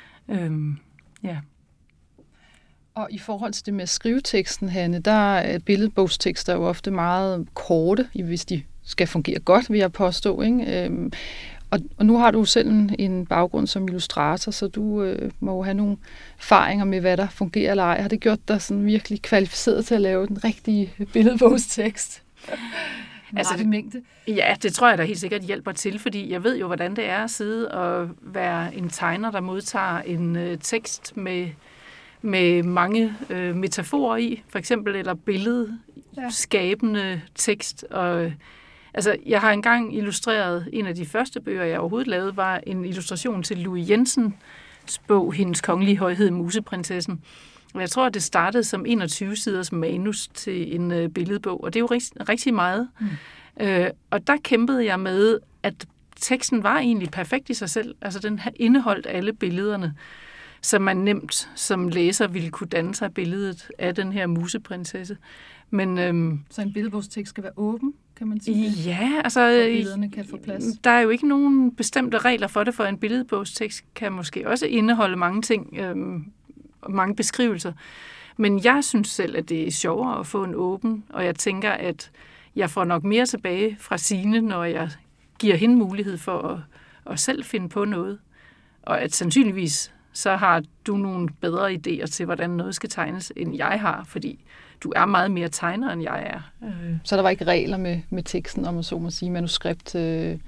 Og i forhold til det med skriveteksten, Hanne, der er billedbogstekster jo ofte meget korte, hvis de skal fungere godt, vil jeg påstå. Ikke? Og nu har du selv en baggrund som illustrator, så du må jo have nogle erfaringer med, hvad der fungerer eller ej. Har det gjort dig sådan virkelig kvalificeret til at lave den rigtige billedbogstekst?
Altså det mængde? Ja, det tror jeg da helt sikkert hjælper til, fordi jeg ved jo, hvordan det er at sidde og være en tegner, der modtager en tekst med mange metaforer i, for eksempel, eller billedskabende tekst. Og altså, jeg har engang illustreret, en af de første bøger, jeg overhovedet lavede, var en illustration til Louis Jensens bog, Hendes Kongelige Højhed, Museprinsessen. Og jeg tror, at det startede som 21-siders manus til en billedbog, og det er jo rigtig meget. Og der kæmpede jeg med, at teksten var egentlig perfekt i sig selv. Altså, den indeholdt alle billederne, så man nemt som læser ville kunne danne sig billedet af den her museprinsesse. Men,
så en billedbogstekst skal være åben, kan man sige?
Ja, altså
billederne kan få plads.
Der er jo ikke nogen bestemte regler for det, for en billedbogstekst kan måske også indeholde mange ting, mange beskrivelser. Men jeg synes selv, at det er sjovere at få en åben, og jeg tænker, at jeg får nok mere tilbage fra Signe, når jeg giver hende mulighed for at selv finde på noget. Og at sandsynligvis så har du nogle bedre idéer til, hvordan noget skal tegnes, end jeg har, fordi du er meget mere tegner, end jeg er.
Så der var ikke regler med teksten, om man så må sige, manuskript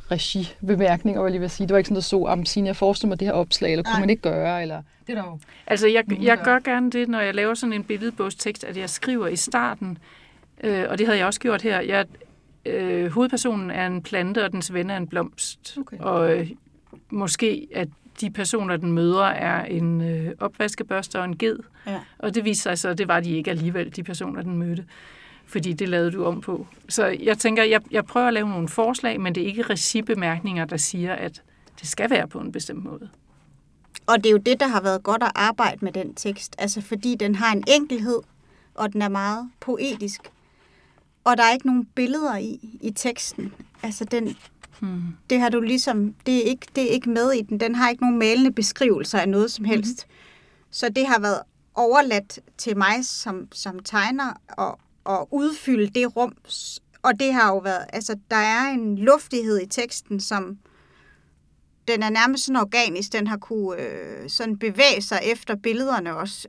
regibemærkninger, vil jeg vil sige. Det var ikke sådan, der så, Signe, jeg forestiller mig det her opslag, eller kunne man ikke gøre, eller det er der jo.
Altså, jeg gør gerne det, når jeg laver sådan en billedbogstekst, at jeg skriver i starten, og det havde jeg også gjort her. Hovedpersonen er en plante, og dens ven er en blomst. Okay. Og måske, at de personer, den møder, er en opvaskebørste og en ged. Ja. Og det viser sig så, at det var de ikke alligevel, de personer, den mødte. Fordi det lavede du om på. Så jeg tænker, jeg prøver at lave nogle forslag, men det er ikke regibemærkninger, der siger, at det skal være på en bestemt måde.
Og det er jo det, der har været godt at arbejde med den tekst. Altså fordi den har en enkelhed, og den er meget poetisk. Og der er ikke nogen billeder i teksten. Altså det har du ligesom, det er ikke med i den. Den har ikke nogen malende beskrivelser af noget som helst. Så det har været overladt til mig som tegner at udfylde det rum. Og det har jo været, altså der er en luftighed i teksten, som den er nærmest sådan organisk. Den har kunne sådan bevæge sig efter billederne også.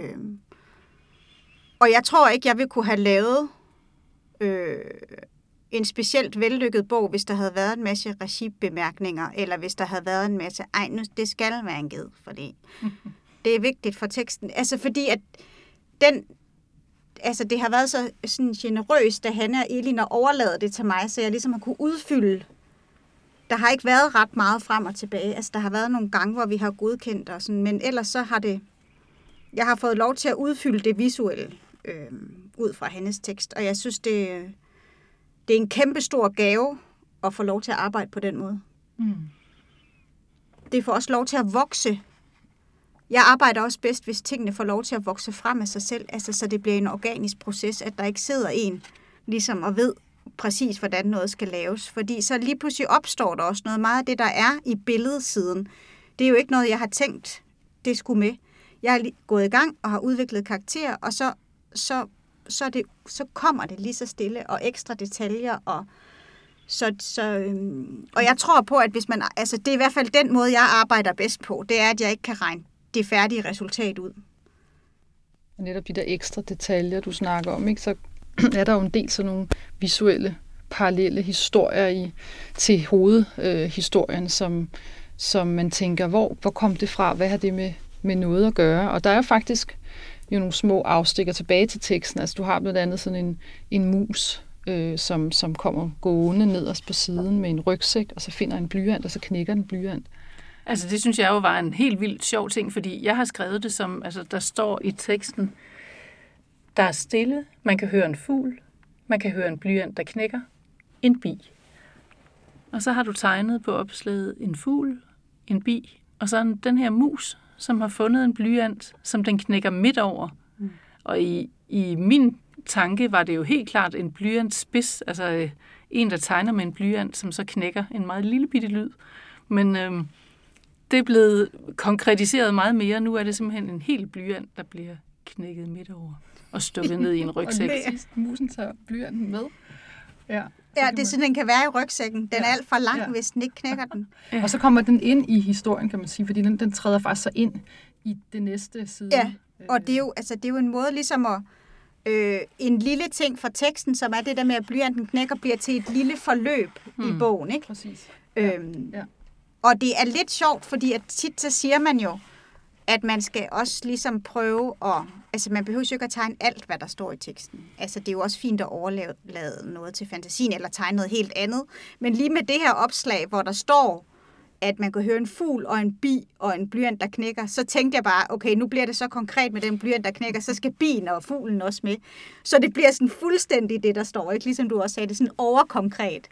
Og jeg tror ikke, jeg ville kunne have lavet en specielt vellykket bog, hvis der havde været en masse regibemærkninger, eller hvis der havde været en masse, nu, det skal være en ged, fordi det er vigtigt for teksten. Altså fordi, at det har været så sådan generøst, da Hanne og Elin har overladet det til mig, så jeg ligesom har kunne udfylde. Der har ikke været ret meget frem og tilbage. Altså der har været nogle gange, hvor vi har godkendt og sådan, men ellers så har jeg har fået lov til at udfylde det visuelle ud fra Hannes tekst, og jeg synes, det er en kæmpe stor gave at få lov til at arbejde på den måde. Det får også lov til at vokse. Jeg arbejder også bedst, hvis tingene får lov til at vokse frem af sig selv, altså så det bliver en organisk proces, at der ikke sidder en ligesom og ved præcis, hvordan noget skal laves. Fordi så lige pludselig opstår der også noget meget af det, der er i billedsiden. Det er jo ikke noget, jeg har tænkt, det skulle med. Jeg har gået i gang og har udviklet karakterer, og så kommer det lige så stille, og ekstra detaljer, og jeg tror på, at hvis man, altså det er i hvert fald den måde, jeg arbejder bedst på, det er, at jeg ikke kan regne det færdige resultat ud.
Og netop de der ekstra detaljer, du snakker om, ikke, så er der jo en del sådan nogle visuelle, parallelle historier til hovedhistorien, som man tænker, hvor kom det fra, hvad har det med noget at gøre? Og der er faktisk jo nogle små afstikker tilbage til teksten. Altså du har blandt andet sådan en mus, som kommer gående nederst på siden med en rygsæk, og så finder en blyant, og så knækker den blyant.
Altså det synes jeg jo var en helt vildt sjov ting, fordi jeg har skrevet det som, altså der står i teksten, der er stille, man kan høre en fugl, man kan høre en blyant, der knækker, en bi. Og så har du tegnet på opslaget en fugl, en bi, og så den her mus, som har fundet en blyant, som den knækker midt over. Og i min tanke var det jo helt klart en blyantspids, altså en, der tegner med en blyant, som så knækker en meget lille bitte lyd. Men det er blevet konkretiseret meget mere. Nu er det simpelthen en helt blyant, der bliver knækket midt over og stukket ned i en rygsæk.
Og musen tager blyanten med.
Ja, det er sådan, den kan være i rygsækken. Den er alt for lang, hvis den ikke knækker den.
Ja. Og så kommer den ind i historien, kan man sige, fordi den træder faktisk så ind i det næste side.
Ja, og det er jo en måde ligesom at en lille ting fra teksten, som er det der med, at blyanten knækker, bliver til et lille forløb i bogen, ikke?
Præcis.
Og det er lidt sjovt, fordi at tit så siger man jo, at man skal også ligesom prøve at, altså man behøver jo ikke at tegne alt, hvad der står i teksten. Altså det er jo også fint at overlade noget til fantasien, eller tegne noget helt andet. Men lige med det her opslag, hvor der står, at man kan høre en fugl og en bi og en blyant, der knækker, så tænkte jeg bare, okay, nu bliver det så konkret med den blyant, der knækker, så skal bien og fuglen også med. Så det bliver sådan fuldstændig det, der står, ikke? Ligesom du også sagde, det er sådan overkonkret.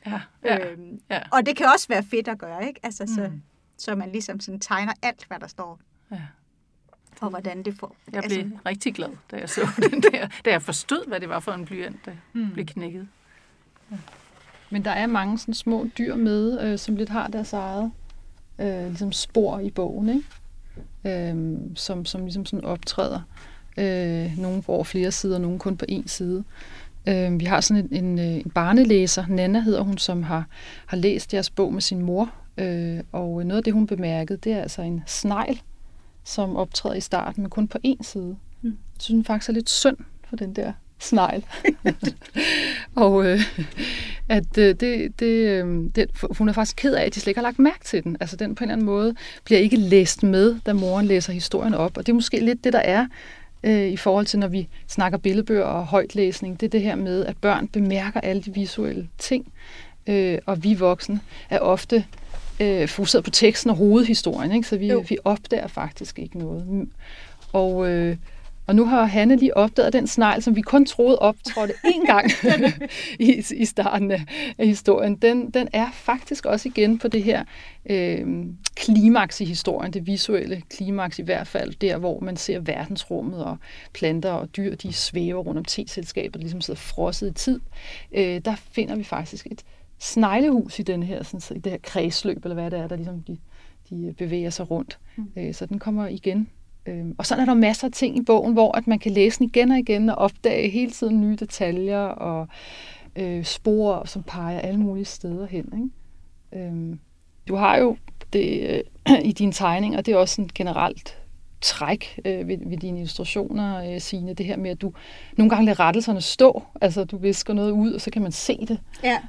Ja. Og det kan også være fedt at gøre, ikke? Altså, så man ligesom sådan tegner alt, hvad der står. Ja. Og hvordan det får.
Jeg blev rigtig glad, da jeg så den der, da jeg forstod, hvad det var for en blyant, der blev knækket.
Ja. Men der er mange sådan små dyr med, som lidt har deres eget ligesom spor i bogen, ikke? Som ligesom sådan optræder. Nogle over flere sider, nogle kun på én side. Vi har sådan en barnelæser, Nana hedder hun, som har læst jeres bog med sin mor. Og noget af det, hun bemærkede, det er altså en snegl, som optræder i starten, men kun på én side. Jeg synes faktisk er lidt synd for den der snegl. Og hun er faktisk ked af, at de slet ikke har lagt mærke til den. Altså den på en eller anden måde bliver ikke læst med, da moren læser historien op. Og det er måske lidt det, der er i forhold til, når vi snakker billedbøger og højtlæsning. Det er det her med, at børn bemærker alle de visuelle ting, og vi voksne er ofte fokuseret på teksten og hovedhistorien, ikke? Så vi opdager faktisk ikke noget. Og nu har Hanne lige opdaget den snegl, som vi kun troede optrådte én gang i starten af historien. Den er faktisk også igen på det her klimaks i historien, det visuelle klimaks i hvert fald, der hvor man ser verdensrummet og planter og dyr, de svæver rundt om teselskabet, ligesom sidder frosset i tid. Der finder vi faktisk et sneglehus i den her, sådan, i det her kredsløb, eller hvad det er, der ligesom de bevæger sig rundt. Så den kommer igen. Og så er der masser af ting i bogen, hvor at man kan læse den igen og igen og opdage hele tiden nye detaljer og spor, som peger alle mulige steder hen. Ikke? Du har jo det i dine tegninger, og det er også en generelt træk ved dine illustrationer, Signe, det her med, at du nogle gange lader rettelserne stå, altså du visker noget ud, og så kan man se det.
Ja.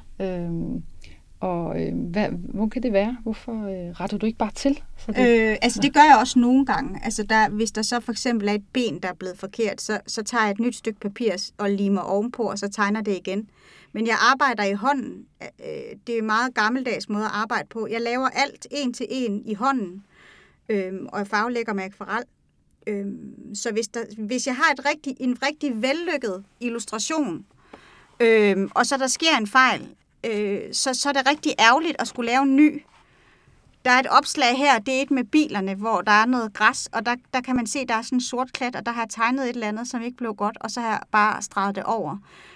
Hvor kan det være? Hvorfor retter du ikke bare til? Så
det gør jeg også nogle gange. Altså hvis der så for eksempel er et ben, der er blevet forkert, så tager jeg et nyt stykke papir og limer ovenpå, og så tegner det igen. Men jeg arbejder i hånden. Det er en meget gammeldags måde at arbejde på. Jeg laver alt en til en i hånden, og jeg farvelægger med akvarel. Så hvis jeg har en rigtig vellykket illustration, og så der sker en fejl, så er det rigtig ærgerligt at skulle lave en ny. Der er et opslag her, det er et med bilerne, hvor der er noget græs, og der kan man se, der er sådan en sort klat, og der har jeg tegnet et eller andet, som ikke blev godt, og så har jeg bare streget det over.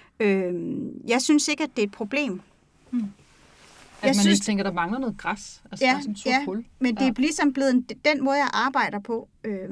Jeg synes ikke, at det er et problem.
At man ikke tænker, der mangler noget græs? Altså, der er sådan en sort hul.
Men det er ligesom blevet den måde, jeg arbejder på.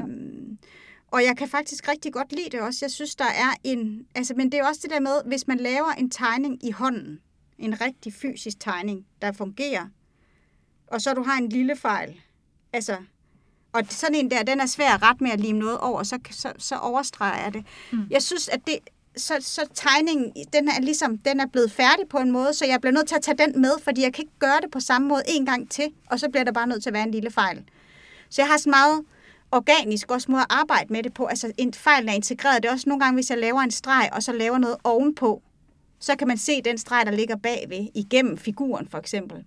Og jeg kan faktisk rigtig godt lide det også. Jeg synes, der er men det er også det der med, hvis man laver en tegning i hånden, en rigtig fysisk tegning, der fungerer, og så du har en lille fejl. Altså, og sådan en der, den er svær at rette med at lime noget over, så overstreger jeg det. Jeg synes, at så tegningen, den er blevet færdig på en måde, så jeg bliver nødt til at tage den med, fordi jeg kan ikke gøre det på samme måde en gang til, og så bliver der bare nødt til at være en lille fejl. Så jeg har sådan meget organisk også måde at arbejde med det på. Altså en fejl er integreret. Det er også nogle gange, hvis jeg laver en streg, og så laver noget ovenpå, så kan man se den streg, der ligger bagved, igennem figuren for eksempel.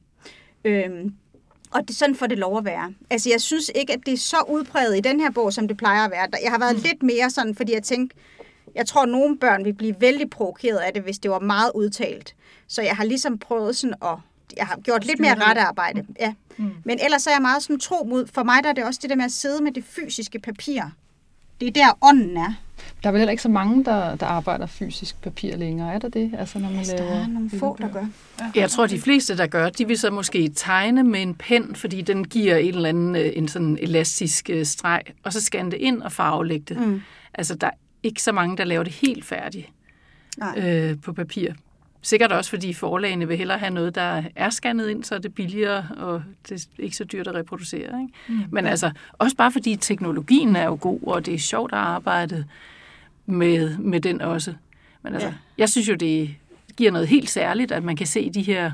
Og sådan får det lov at være. Altså jeg synes ikke, at det er så udpræget i den her bog, som det plejer at være. Jeg har været lidt mere sådan, fordi jeg tænkte, jeg tror, at nogle børn vil blive vældig provokeret af det, hvis det var meget udtalt. Så jeg har ligesom prøvet sådan jeg har gjort lidt mere rettearbejde. Ja. Men ellers er jeg meget sådan tro mod. For mig der er det også det der med at sidde med det fysiske papir. Det er der ånden er.
Der er vel heller ikke så mange, der arbejder fysisk papir længere. Er der det? Altså, når man
der er nogle få, der gør.
Ja. Jeg tror, de fleste, der gør, de vil så måske tegne med en pen, fordi den giver en eller anden en sådan elastisk streg, og så scanne det ind og farvelægge det. Altså, der er ikke så mange, der laver det helt færdigt på papir. Sikkert også, fordi forlagene vil hellere have noget, der er scannet ind, så er det billigere, og det er ikke så dyrt at reproducere. Ikke? Men altså, også bare fordi teknologien er jo god, og det er sjovt at arbejde med den også. Men altså, jeg synes jo, det giver noget helt særligt, at man kan se de her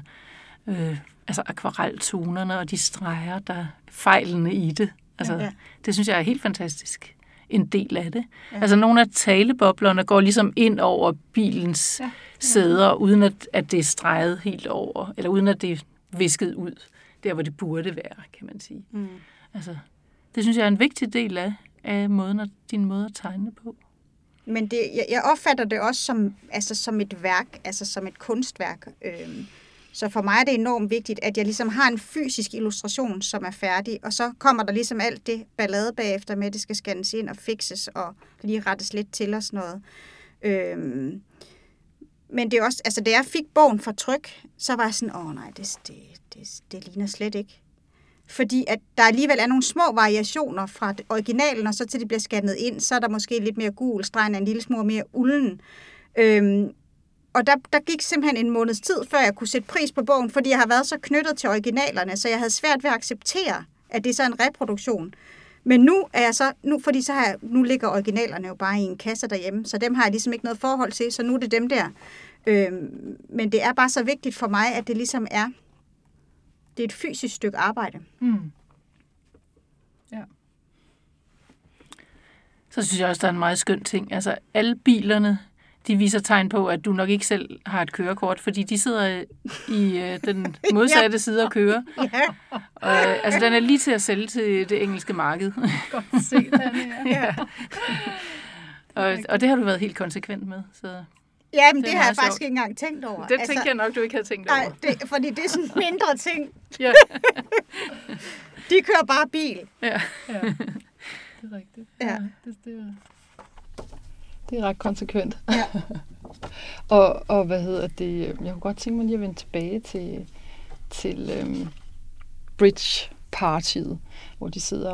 akvareltonerne og de streger, der fejlene i det. Altså, det synes jeg er helt fantastisk. En del af det. Ja. Altså nogle af taleboblerne går ligesom ind over bilens sæder, uden at det er streget helt over, eller uden at det er visket ud, der hvor det burde være, kan man sige. Altså, det synes jeg er en vigtig del af din måde at tegne på.
Men jeg opfatter det også som et værk, altså som et kunstværk. Så for mig er det enormt vigtigt, at jeg ligesom har en fysisk illustration, som er færdig, og så kommer der ligesom alt det ballade bagefter med, at det skal scannes ind og fikses og lige rettes lidt til og sådan noget. Men det er også, altså da jeg fik bogen fra tryk, så var jeg sådan, nej, det ligner slet ikke. Fordi at der alligevel er nogle små variationer fra originalen, og så til det bliver scannet ind, så er der måske lidt mere gul, stregen en lille smule mere ulden. Og der gik simpelthen en måneds tid, før jeg kunne sætte pris på bogen, fordi jeg har været så knyttet til originalerne, så jeg havde svært ved at acceptere, at det er så en reproduktion. Men nu er jeg nu ligger originalerne jo bare i en kasse derhjemme, så dem har jeg ligesom ikke noget forhold til, så nu er det dem der. Men det er bare så vigtigt for mig, at det ligesom er, det er et fysisk stykke arbejde.
Ja. Så synes jeg også, der er en meget skøn ting. Altså, alle bilerne, de viser tegn på, at du nok ikke selv har et kørekort, fordi de sidder i den modsatte side og kører. Og, altså, den er lige til at sælge til det engelske marked.
Godt se,
ja. Og det har du været helt konsekvent med. Så
Ja, men det har jeg faktisk ikke engang tænkt over.
Det tænker jeg nok, du ikke havde tænkt over.
Nej, fordi det er sådan mindre ting.
Ja.
De kører bare bil.
Ja.
Det er rigtigt.
Ja.
Det er ret konsekvent.
Ja.
og hvad hedder det? Jeg kunne godt tænke mig lige at vende tilbage til bridge-partiet, hvor de sidder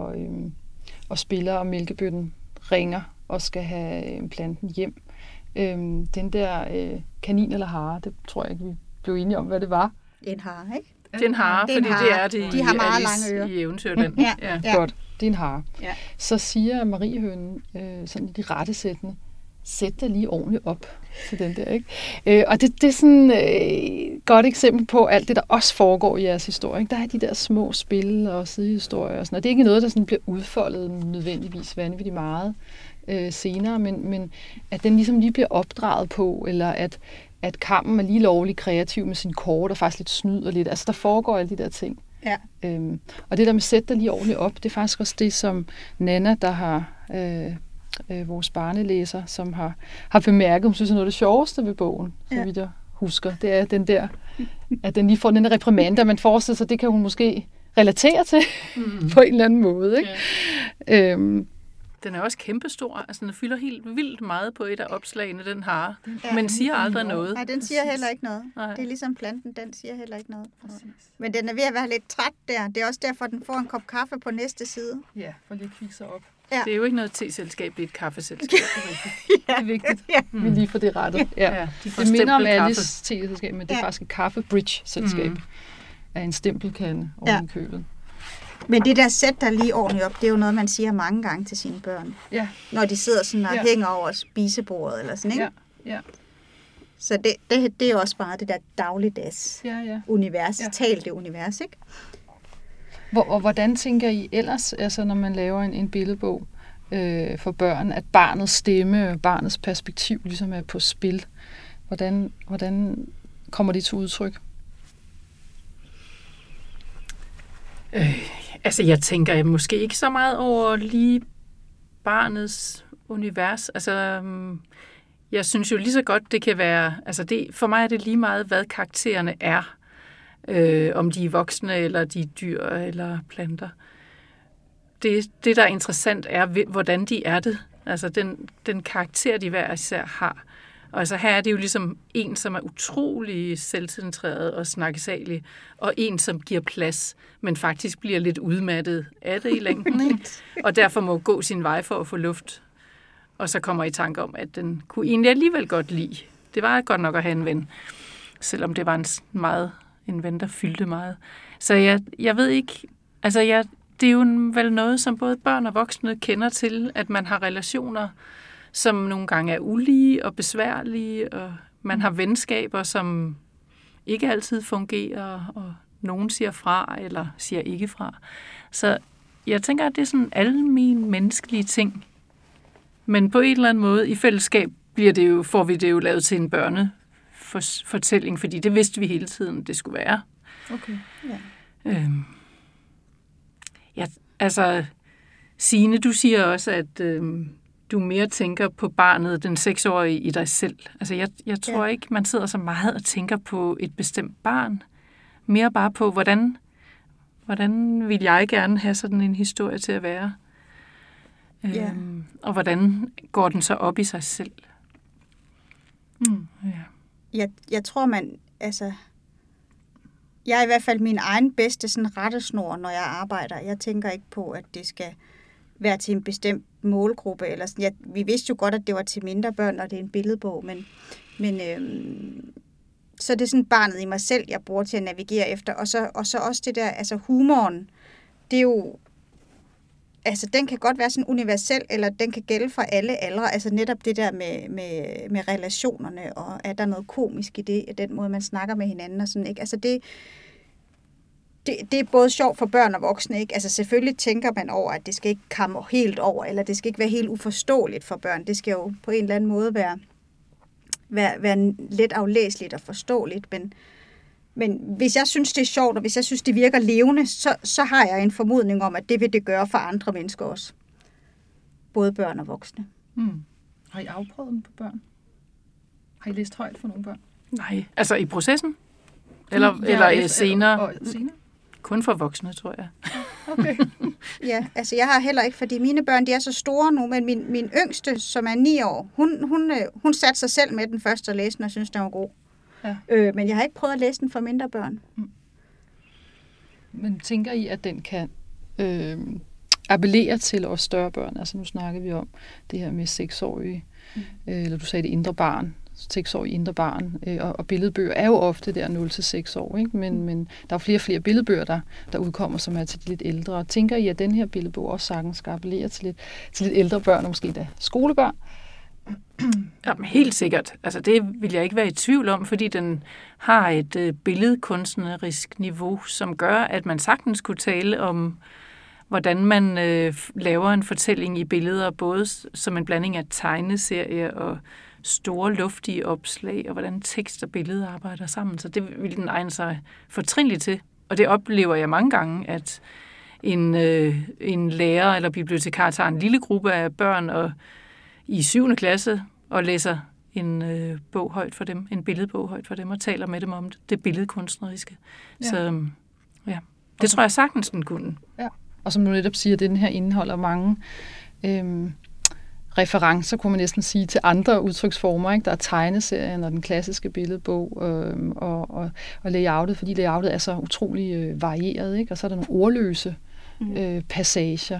og spiller, og mælkebøtten ringer og skal have planten hjem. Den der kanin eller hare, det tror jeg ikke, vi blev enige om, hvad det var.
En hare, ikke?
Det er en hare, fordi det er det
de har meget
Alice
lange ører.
I Eventyrland.
Ja.
Godt, det er en hare.
Ja.
Så siger Mariehønen sådan i de rette sættende, sæt dig lige ordentligt op til den der, ikke? Og det er sådan et godt eksempel på alt det, der også foregår i jeres historie. Ikke? Der er de der små spil og sidehistorier og sådan noget. Det er ikke noget, der sådan bliver udfoldet nødvendigvis vanvittigt meget senere, men at den ligesom lige bliver opdraget på, eller at Kampen er lige lovligt kreativ med sin kort og faktisk lidt snyd og lidt. Altså, der foregår alle de der ting.
Ja.
Og det der med sæt dig lige ordentligt op, det er faktisk også det, som Nana, der har vores barnelæser, som har bemærket, hun synes, er noget af det sjoveste ved bogen, så vidt jeg husker. Det er den der, at den lige får den der reprimande, og man forestiller sig, det kan hun måske relatere til på en eller anden måde. Ikke?
Ja. Den er også kæmpestor. Altså, den fylder helt vildt meget på et af opslagene, den hare. Ja. Men siger aldrig noget.
Nej, den siger heller ikke noget. Nej. Det er ligesom planten, den siger heller ikke noget. Præcis. Men den er ved at være lidt træt der. Det er også derfor, den får en kop kaffe på næste side.
Ja, for lige at kigge sig op.
Ja.
Det er jo ikke noget te-selskab, det er et kaffeselskab.
Det er vigtigt. Vi lige får det rettet. Ja. Det minder om Alice te-selskab, men det er faktisk et kaffe-bridge-selskab af en stempelkande oven i købet.
Men det der sæt der lige ordentligt op, det er jo noget, man siger mange gange til sine børn.
Ja.
Når de sidder sådan og hænger over spisebordet eller sådan, ikke?
Ja.
Så det er også bare det der dagligdags univers, talte univers, ikke?
Og hvordan tænker I ellers, altså når man laver en billedbog for børn, at barnets stemme og barnets perspektiv ligesom er på spil? Hvordan kommer det til udtryk?
Altså, jeg tænker måske ikke så meget over lige barnets univers. Altså, jeg synes jo lige så godt, det kan være... Altså, for mig er det lige meget, hvad karaktererne er. Om de er voksne, eller de er dyr, eller planter. Det der er interessant, er, hvordan de er det. Altså, den karakter, de hver især har. Og altså her er det jo ligesom en, som er utrolig selvcentreret og snakkesalig, og en, som giver plads, men faktisk bliver lidt udmattet af det i længden, ikke? Og derfor må gå sin vej for at få luft. Og så kommer I tanke om, at den kunne egentlig alligevel godt lide. Det var godt nok at have en ven, selvom det var en ven, der fyldte meget. Så jeg ved ikke, altså det er jo vel noget, som både børn og voksne kender til, at man har relationer, som nogle gange er ulige og besværlige, og man har venskaber, som ikke altid fungerer, og nogen siger fra, eller siger ikke fra. Så jeg tænker, at det er sådan alle mine menneskelige ting. Men på en eller anden måde, i fællesskab, får vi det jo lavet til en børnefortælling, fordi det vidste vi hele tiden, det skulle være.
Okay.
Ja. Altså, Signe, du siger også, at du mere tænker på barnet, den 6-årige, i dig selv. Altså, jeg tror ikke, man sidder så meget og tænker på et bestemt barn. Mere bare på, hvordan vil jeg gerne have sådan en historie til at være? Og hvordan går den så op i sig selv?
Jeg tror, jeg er i hvert fald min egen bedste sådan rettesnor, når jeg arbejder. Jeg tænker ikke på, at det skal være til en bestemt målgruppe. Eller sådan. Vi vidste jo godt, at det var til mindre børn, når det er en billedbog, men så er det sådan barnet i mig selv, jeg bruger til at navigere efter. Og så også det der, altså humoren, det er jo, altså den kan godt være sådan universel, eller den kan gælde for alle aldre. Altså netop det der med relationerne, og er der noget komisk i det, den måde, man snakker med hinanden og sådan, ikke? Altså det er både sjovt for børn og voksne, ikke? Altså selvfølgelig tænker man over, at det skal ikke komme helt over, eller det skal ikke være helt uforståeligt for børn. Det skal jo på en eller anden måde være let aflæseligt og forståeligt, men hvis jeg synes, det er sjovt, og hvis jeg synes, det virker levende, så har jeg en formodning om, at det vil det gøre for andre mennesker også. Både børn og voksne.
Har I afprøvet dem på børn? Har I læst højt for nogle børn?
Nej, altså i processen? Eller senere?
Senere?
Kun for voksne, tror jeg.
Okay.
Ja, altså jeg har heller ikke, fordi mine børn, de er så store nu, men min yngste, som er 9 år, hun satte sig selv med den første og læste den, og synes, den var god. Ja. Men jeg har ikke prøvet at læse den for mindre børn.
Men tænker I, at den kan appellere til os større børn? Altså nu snakker vi om det her med 6-årige, eller du sagde det indre barn, 6-årige indre barn, og billedbøger er jo ofte der 0-6 år, ikke? Men der er jo flere og flere billedbøger, der udkommer, som er til de lidt ældre. Tænker I, at den her billedbog også sagtens skal appellere til lidt ældre børn, og måske da skolebørn?
Jamen, helt sikkert. Altså, det vil jeg ikke være i tvivl om, fordi den har et billedkunstnerisk niveau, som gør, at man sagtens kunne tale om, hvordan man laver en fortælling i billeder, både som en blanding af tegneserie og store, luftige opslag, og hvordan tekst og billede arbejder sammen. Så det vil den egne sig fortrinligt til. Og det oplever jeg mange gange, at en lærer eller bibliotekar tager en lille gruppe af børn og i 7. klasse og læser en bog højt for dem, en billedbog højt for dem, og taler med dem om det billedkunstneriske. Ja. Så ja, det tror jeg sagtens den kunne.
Ja. Og som du netop siger, at den her indeholder mange referencer, kunne man næsten sige, til andre udtryksformer, ikke? Der er tegneserien og den klassiske billedbog og layoutet, fordi layoutet er så utrolig varieret, ikke? Og så er der nogle ordløse passager.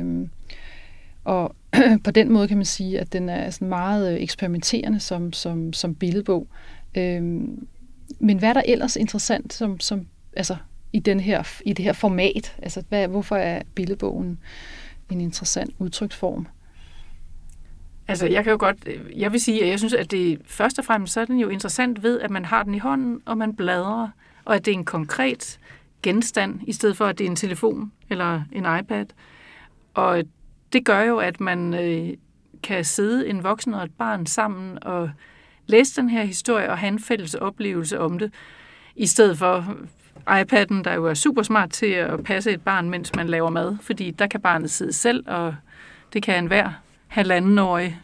Og på den måde kan man sige, at den er sådan meget eksperimenterende som billedbog. Men hvad er der ellers interessant som altså i det her format? Altså hvorfor er billedbogen en interessant udtryksform?
Altså jeg vil sige, at jeg synes, at det først og fremmest så er den jo interessant ved, at man har den i hånden, og man bladrer, og at det er en konkret genstand, i stedet for at det er en telefon eller en iPad. Og det gør jo, at man kan sidde en voksen og et barn sammen og læse den her historie og have en fælles oplevelse om det, i stedet for iPad'en, der jo er super smart til at passe et barn, mens man laver mad, fordi der kan barnet sidde selv, og det kan enhver 1,5-årig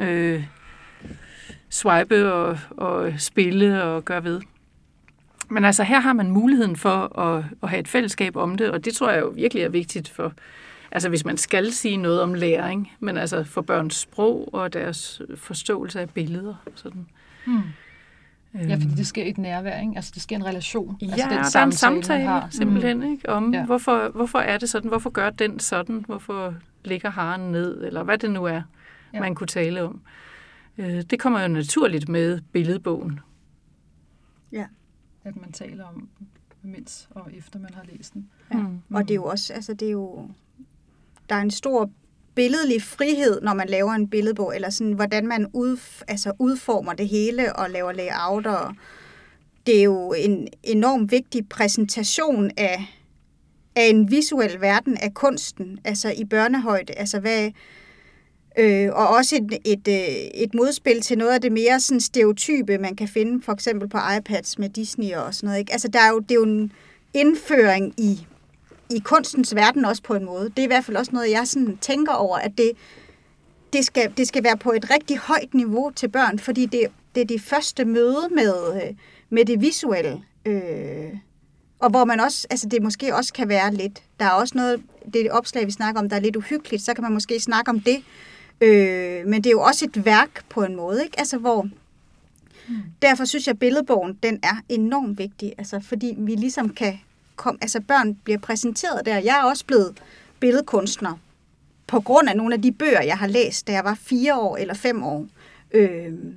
swipe og spille og gøre ved. Men altså her har man muligheden for at have et fællesskab om det, og det tror jeg jo virkelig er vigtigt for, altså hvis man skal sige noget om læring, men altså for børns sprog og deres forståelse af billeder. Sådan.
Ja, fordi det sker et nærvær, ikke? Altså det sker en relation.
Ja,
altså, den
der er en samtale simpelthen, ikke? Om hvorfor er det sådan, hvorfor gør den sådan, hvorfor ligger haren ned, eller hvad det nu er, man kunne tale om. Det kommer jo naturligt med billedbogen.
Ja.
At man taler om mens og efter man har læst den.
Ja. Og det er jo også, altså det er jo, der er en stor billedlig frihed, når man laver en billedbog, eller sådan, hvordan man udformer det hele og laver layouter. Det er jo en enormt vigtig præsentation af en visuel verden af kunsten, altså i børnehøjde, altså hvad, og også et modspil til noget af det mere sådan stereotype, man kan finde for eksempel på iPads med Disney og sådan noget, ikke? Altså det er jo en indføring i kunstens verden også på en måde. Det er i hvert fald også noget, jeg sådan tænker over, at det skal være på et rigtig højt niveau til børn, fordi det er det første møde med det visuelle. Og hvor man også, altså det måske også kan være lidt, der er også noget, det opslag, vi snakker om, der er lidt uhyggeligt, så kan man måske snakke om det. Men det er jo også et værk på en måde, ikke? Altså hvor, derfor synes jeg, at billedbogen, den er enormt vigtig, altså fordi vi ligesom kan altså børn bliver præsenteret der. Jeg er også blevet billedkunstner på grund af nogle af de bøger, jeg har læst, da jeg var 4 år eller 5 år.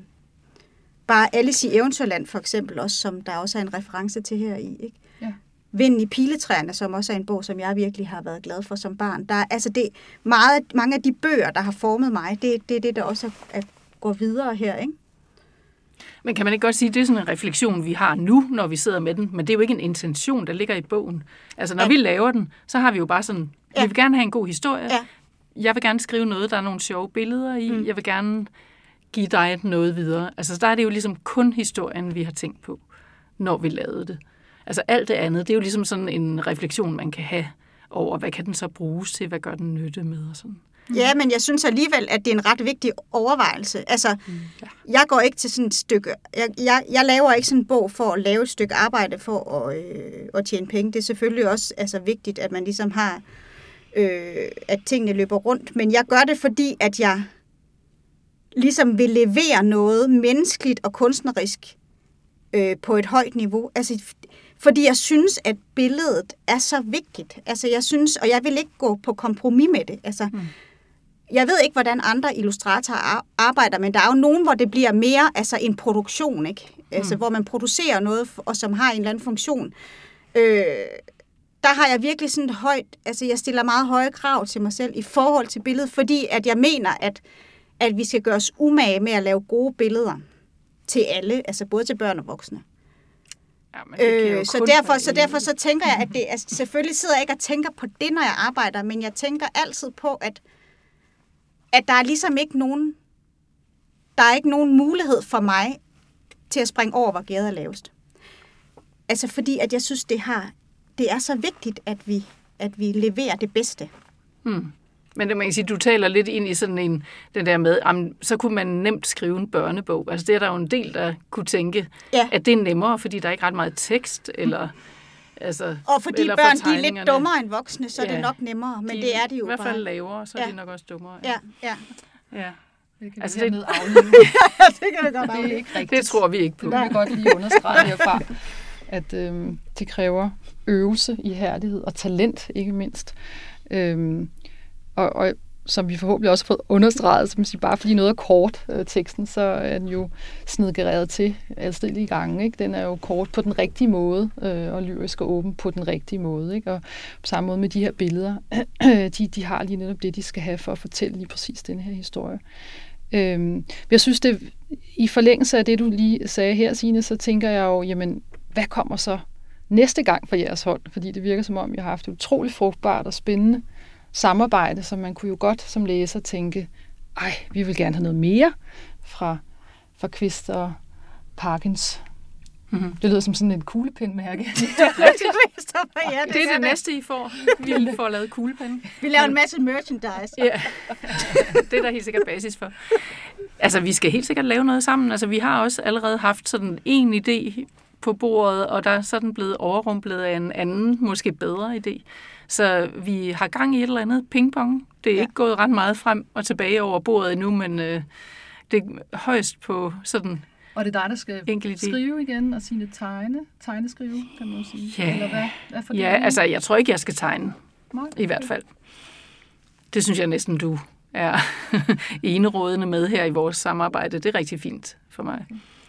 Bare Alice i Eventyrland for eksempel også, som der også er en reference til her i, ikke?
Ja.
Vinden i piletræerne, som også er en bog, som jeg virkelig har været glad for som barn. Mange af de bøger, der har formet mig, det er det, der også går videre her, ikke?
Men kan man ikke godt sige, at det er sådan en refleksion, vi har nu, når vi sidder med den, men det er jo ikke en intention, der ligger i bogen. Altså, når vi laver den, så har vi jo bare sådan, vi vil gerne have en god historie. Ja. Jeg vil gerne skrive noget, der er nogle sjove billeder i. Jeg vil gerne give dig noget videre. Altså, der er det jo ligesom kun historien, vi har tænkt på, når vi lavede det. Altså, alt det andet, det er jo ligesom sådan en refleksion, man kan have over, hvad kan den så bruges til, hvad gør den nytte med og sådan.
Ja, men jeg synes alligevel, at det er en ret vigtig overvejelse. Altså, jeg går ikke til sådan et stykke... Jeg laver ikke sådan en bog for at lave et stykke arbejde for at tjene penge. Det er selvfølgelig også vigtigt, at man ligesom har... at tingene løber rundt. Men jeg gør det, fordi at jeg ligesom vil levere noget menneskeligt og kunstnerisk på et højt niveau. Altså, fordi jeg synes, at billedet er så vigtigt. Altså, jeg synes, og jeg vil ikke gå på kompromis med det. Altså, jeg ved ikke, hvordan andre illustratorer arbejder, men der er jo nogen, hvor det bliver mere en produktion, ikke? Altså, hvor man producerer noget, og som har en eller anden funktion. Der har jeg virkelig sådan et højt... Altså, jeg stiller meget høje krav til mig selv i forhold til billedet, fordi at jeg mener, at vi skal gøre os umage med at lave gode billeder til alle, altså både til børn og voksne. Ja, så derfor så tænker jeg, at det selvfølgelig sidder jeg ikke og tænker på det, når jeg arbejder, men jeg tænker altid på, at der er ligesom ikke nogen, mulighed for mig til at springe over, hvor gærdet er lavest. Altså fordi, at jeg synes, det er så vigtigt, at vi leverer det bedste.
Men det man kan sige, du taler lidt ind i sådan den der med, så kunne man nemt skrive en børnebog. Altså det er der jo en del, der kunne tænke, at det er nemmere, fordi der er ikke ret meget tekst, eller... Altså,
og fordi
eller
børn, de er lidt dummere end voksne, så er det nok nemmere, men det er de jo bare.
I hvert fald lavere, så er de nok også dummere.
Ja.
Det kan
altså,
det
det kan vi godt aflive.
Det er ikke rigtigt.
Det tror vi ikke på.
Det vil jeg godt lige understrege herfra, at det kræver øvelse, ihærdighed og talent, ikke mindst. Og som vi forhåbentlig også har fået understreget, som siger, bare fordi noget er kort, teksten, så er den jo snedgereret til adskillige gange. Ikke? Den er jo kort på den rigtige måde, og lyrisk og åben på den rigtige måde. Ikke? Og på samme måde med de her billeder, de har lige netop det, de skal have for at fortælle lige præcis den her historie. Jeg synes, det i forlængelse af det, du lige sagde her, Signe, så tænker jeg jo, jamen, hvad kommer så næste gang fra jeres hold? Fordi det virker som om, jeg har haft et utroligt frugtbart og spændende samarbejde, så man kunne jo godt som læser tænke, vi vil gerne have noget mere fra Kvist og Parkins. Mm-hmm. Det lyder som sådan en kuglepindmærke.
Det er det næste, I får. Vi får lavet kuglepinde.
Vi laver en masse merchandise.
Ja, det er der helt sikkert basis for. Altså, vi skal helt sikkert lave noget sammen. Altså, vi har også allerede haft sådan en idé på bordet, og der er sådan blevet overrumplet af en anden, måske bedre idé. Så vi har gang i et eller andet pingpong. Det er ikke gået ret meget frem og tilbage over bordet endnu, men det er højst på sådan...
Og det er dig, der skal skrive igen og sine tegneskrive, kan man sige?
Ja, eller hvad for det? Altså jeg tror ikke, jeg skal tegne. I hvert fald. Det synes jeg næsten, du er enerådende med her i vores samarbejde. Det er rigtig fint for mig.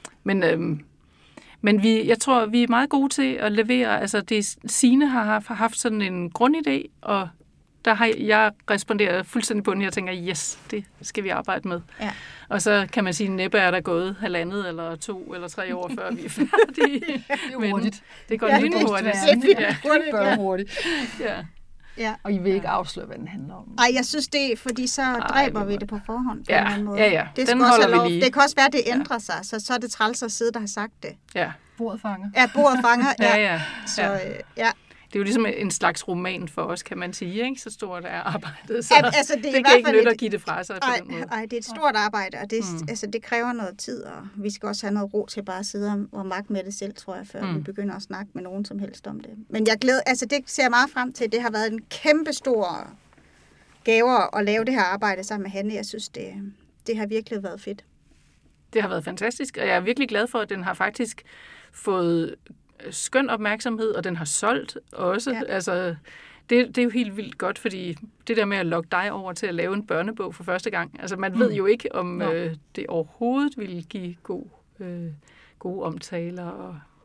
Men jeg tror, vi er meget gode til at levere. Altså Signe har haft sådan en grundidé, og der har jeg responderet fuldstændig på den. Jeg tænker, yes, det skal vi arbejde med. Ja. Og så kan man sige, at næppe er der gået 1,5 eller 2 eller 3 år, før vi er færdige.
Det er hurtigt.
Det går lidt hurtigt.
Det er hurtigt.
Ja.
Ja.
Og I vil ikke afsløre, hvad den handler om?
Nej, jeg synes det, fordi så dræber vi det på forhånd på en eller anden måde.
Ja. Den holder vi lige.
Det kan også være, at det ændrer sig, så er det træls at sidde, der har sagt det.
Ja.
Bordet fanger.
Ja, bordet fanger.
Ja.
Så,
ja. Det er jo ligesom en slags roman for os, kan man sige, ikke? Så stort er arbejdet, så det kan ikke nytte at give det fra sig på den måde.
Nej, det er et stort arbejde, og det kræver noget tid, og vi skal også have noget ro til bare at sidde og magte med det selv, tror jeg, før vi begynder at snakke med nogen som helst om det. Men det ser jeg meget frem til. Det har været en kæmpe stor gave at lave det her arbejde sammen med Hanne. Jeg synes, det har virkelig været fedt.
Det har været fantastisk, og jeg er virkelig glad for, at den har faktisk fået skøn opmærksomhed, og den har solgt også. Ja. Altså, det er jo helt vildt godt, fordi det der med at lokke dig over til at lave en børnebog for første gang, altså man ved jo ikke, om det overhovedet ville give gode omtaler og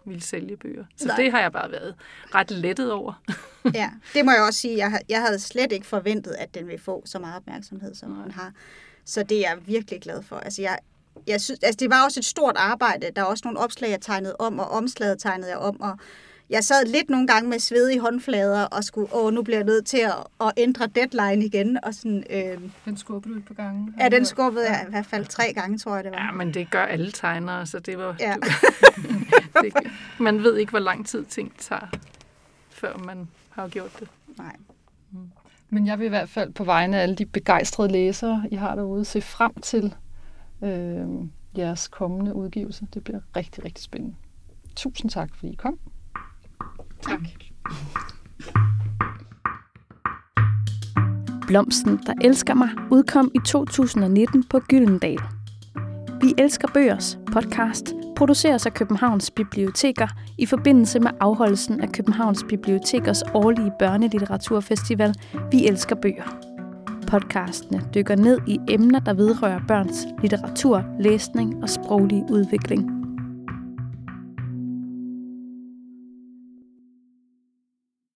ville sælge bøger. Så det har jeg bare været ret lettet over.
Ja, det må jeg også sige. Jeg havde slet ikke forventet, at den ville få så meget opmærksomhed, som den har. Så det er jeg virkelig glad for. Altså, jeg synes, altså, det var også et stort arbejde. Der er også nogle opslag, jeg tegnede om, og omslaget tegnede jeg om, og jeg sad lidt nogle gange med svedige håndflader og skulle, nu bliver jeg nødt til at ændre deadline igen. Og sådan,
Den skubbede du et par gange?
Ja, den skubbede jeg i hvert fald 3 gange, tror jeg det var.
Ja, men det gør alle tegnere, så det var...
Ja.
Man ved ikke, hvor lang tid ting tager, før man har gjort det.
Nej.
Men jeg vil i hvert fald på vegne af alle de begejstrede læsere, I har derude, se frem til jeres kommende udgivelse. Det bliver rigtig, rigtig spændende. Tusind tak, fordi I kom.
Tak.
Blomsten, der elsker mig, udkom i 2019 på Gyldendal. Vi elsker bøgers podcast produceres af Københavns Biblioteker i forbindelse med afholdelsen af Københavns Bibliotekers årlige børnelitteraturfestival Vi elsker bøger. Podcastene dykker ned i emner, der vedrører børns litteratur, læsning og sproglig udvikling.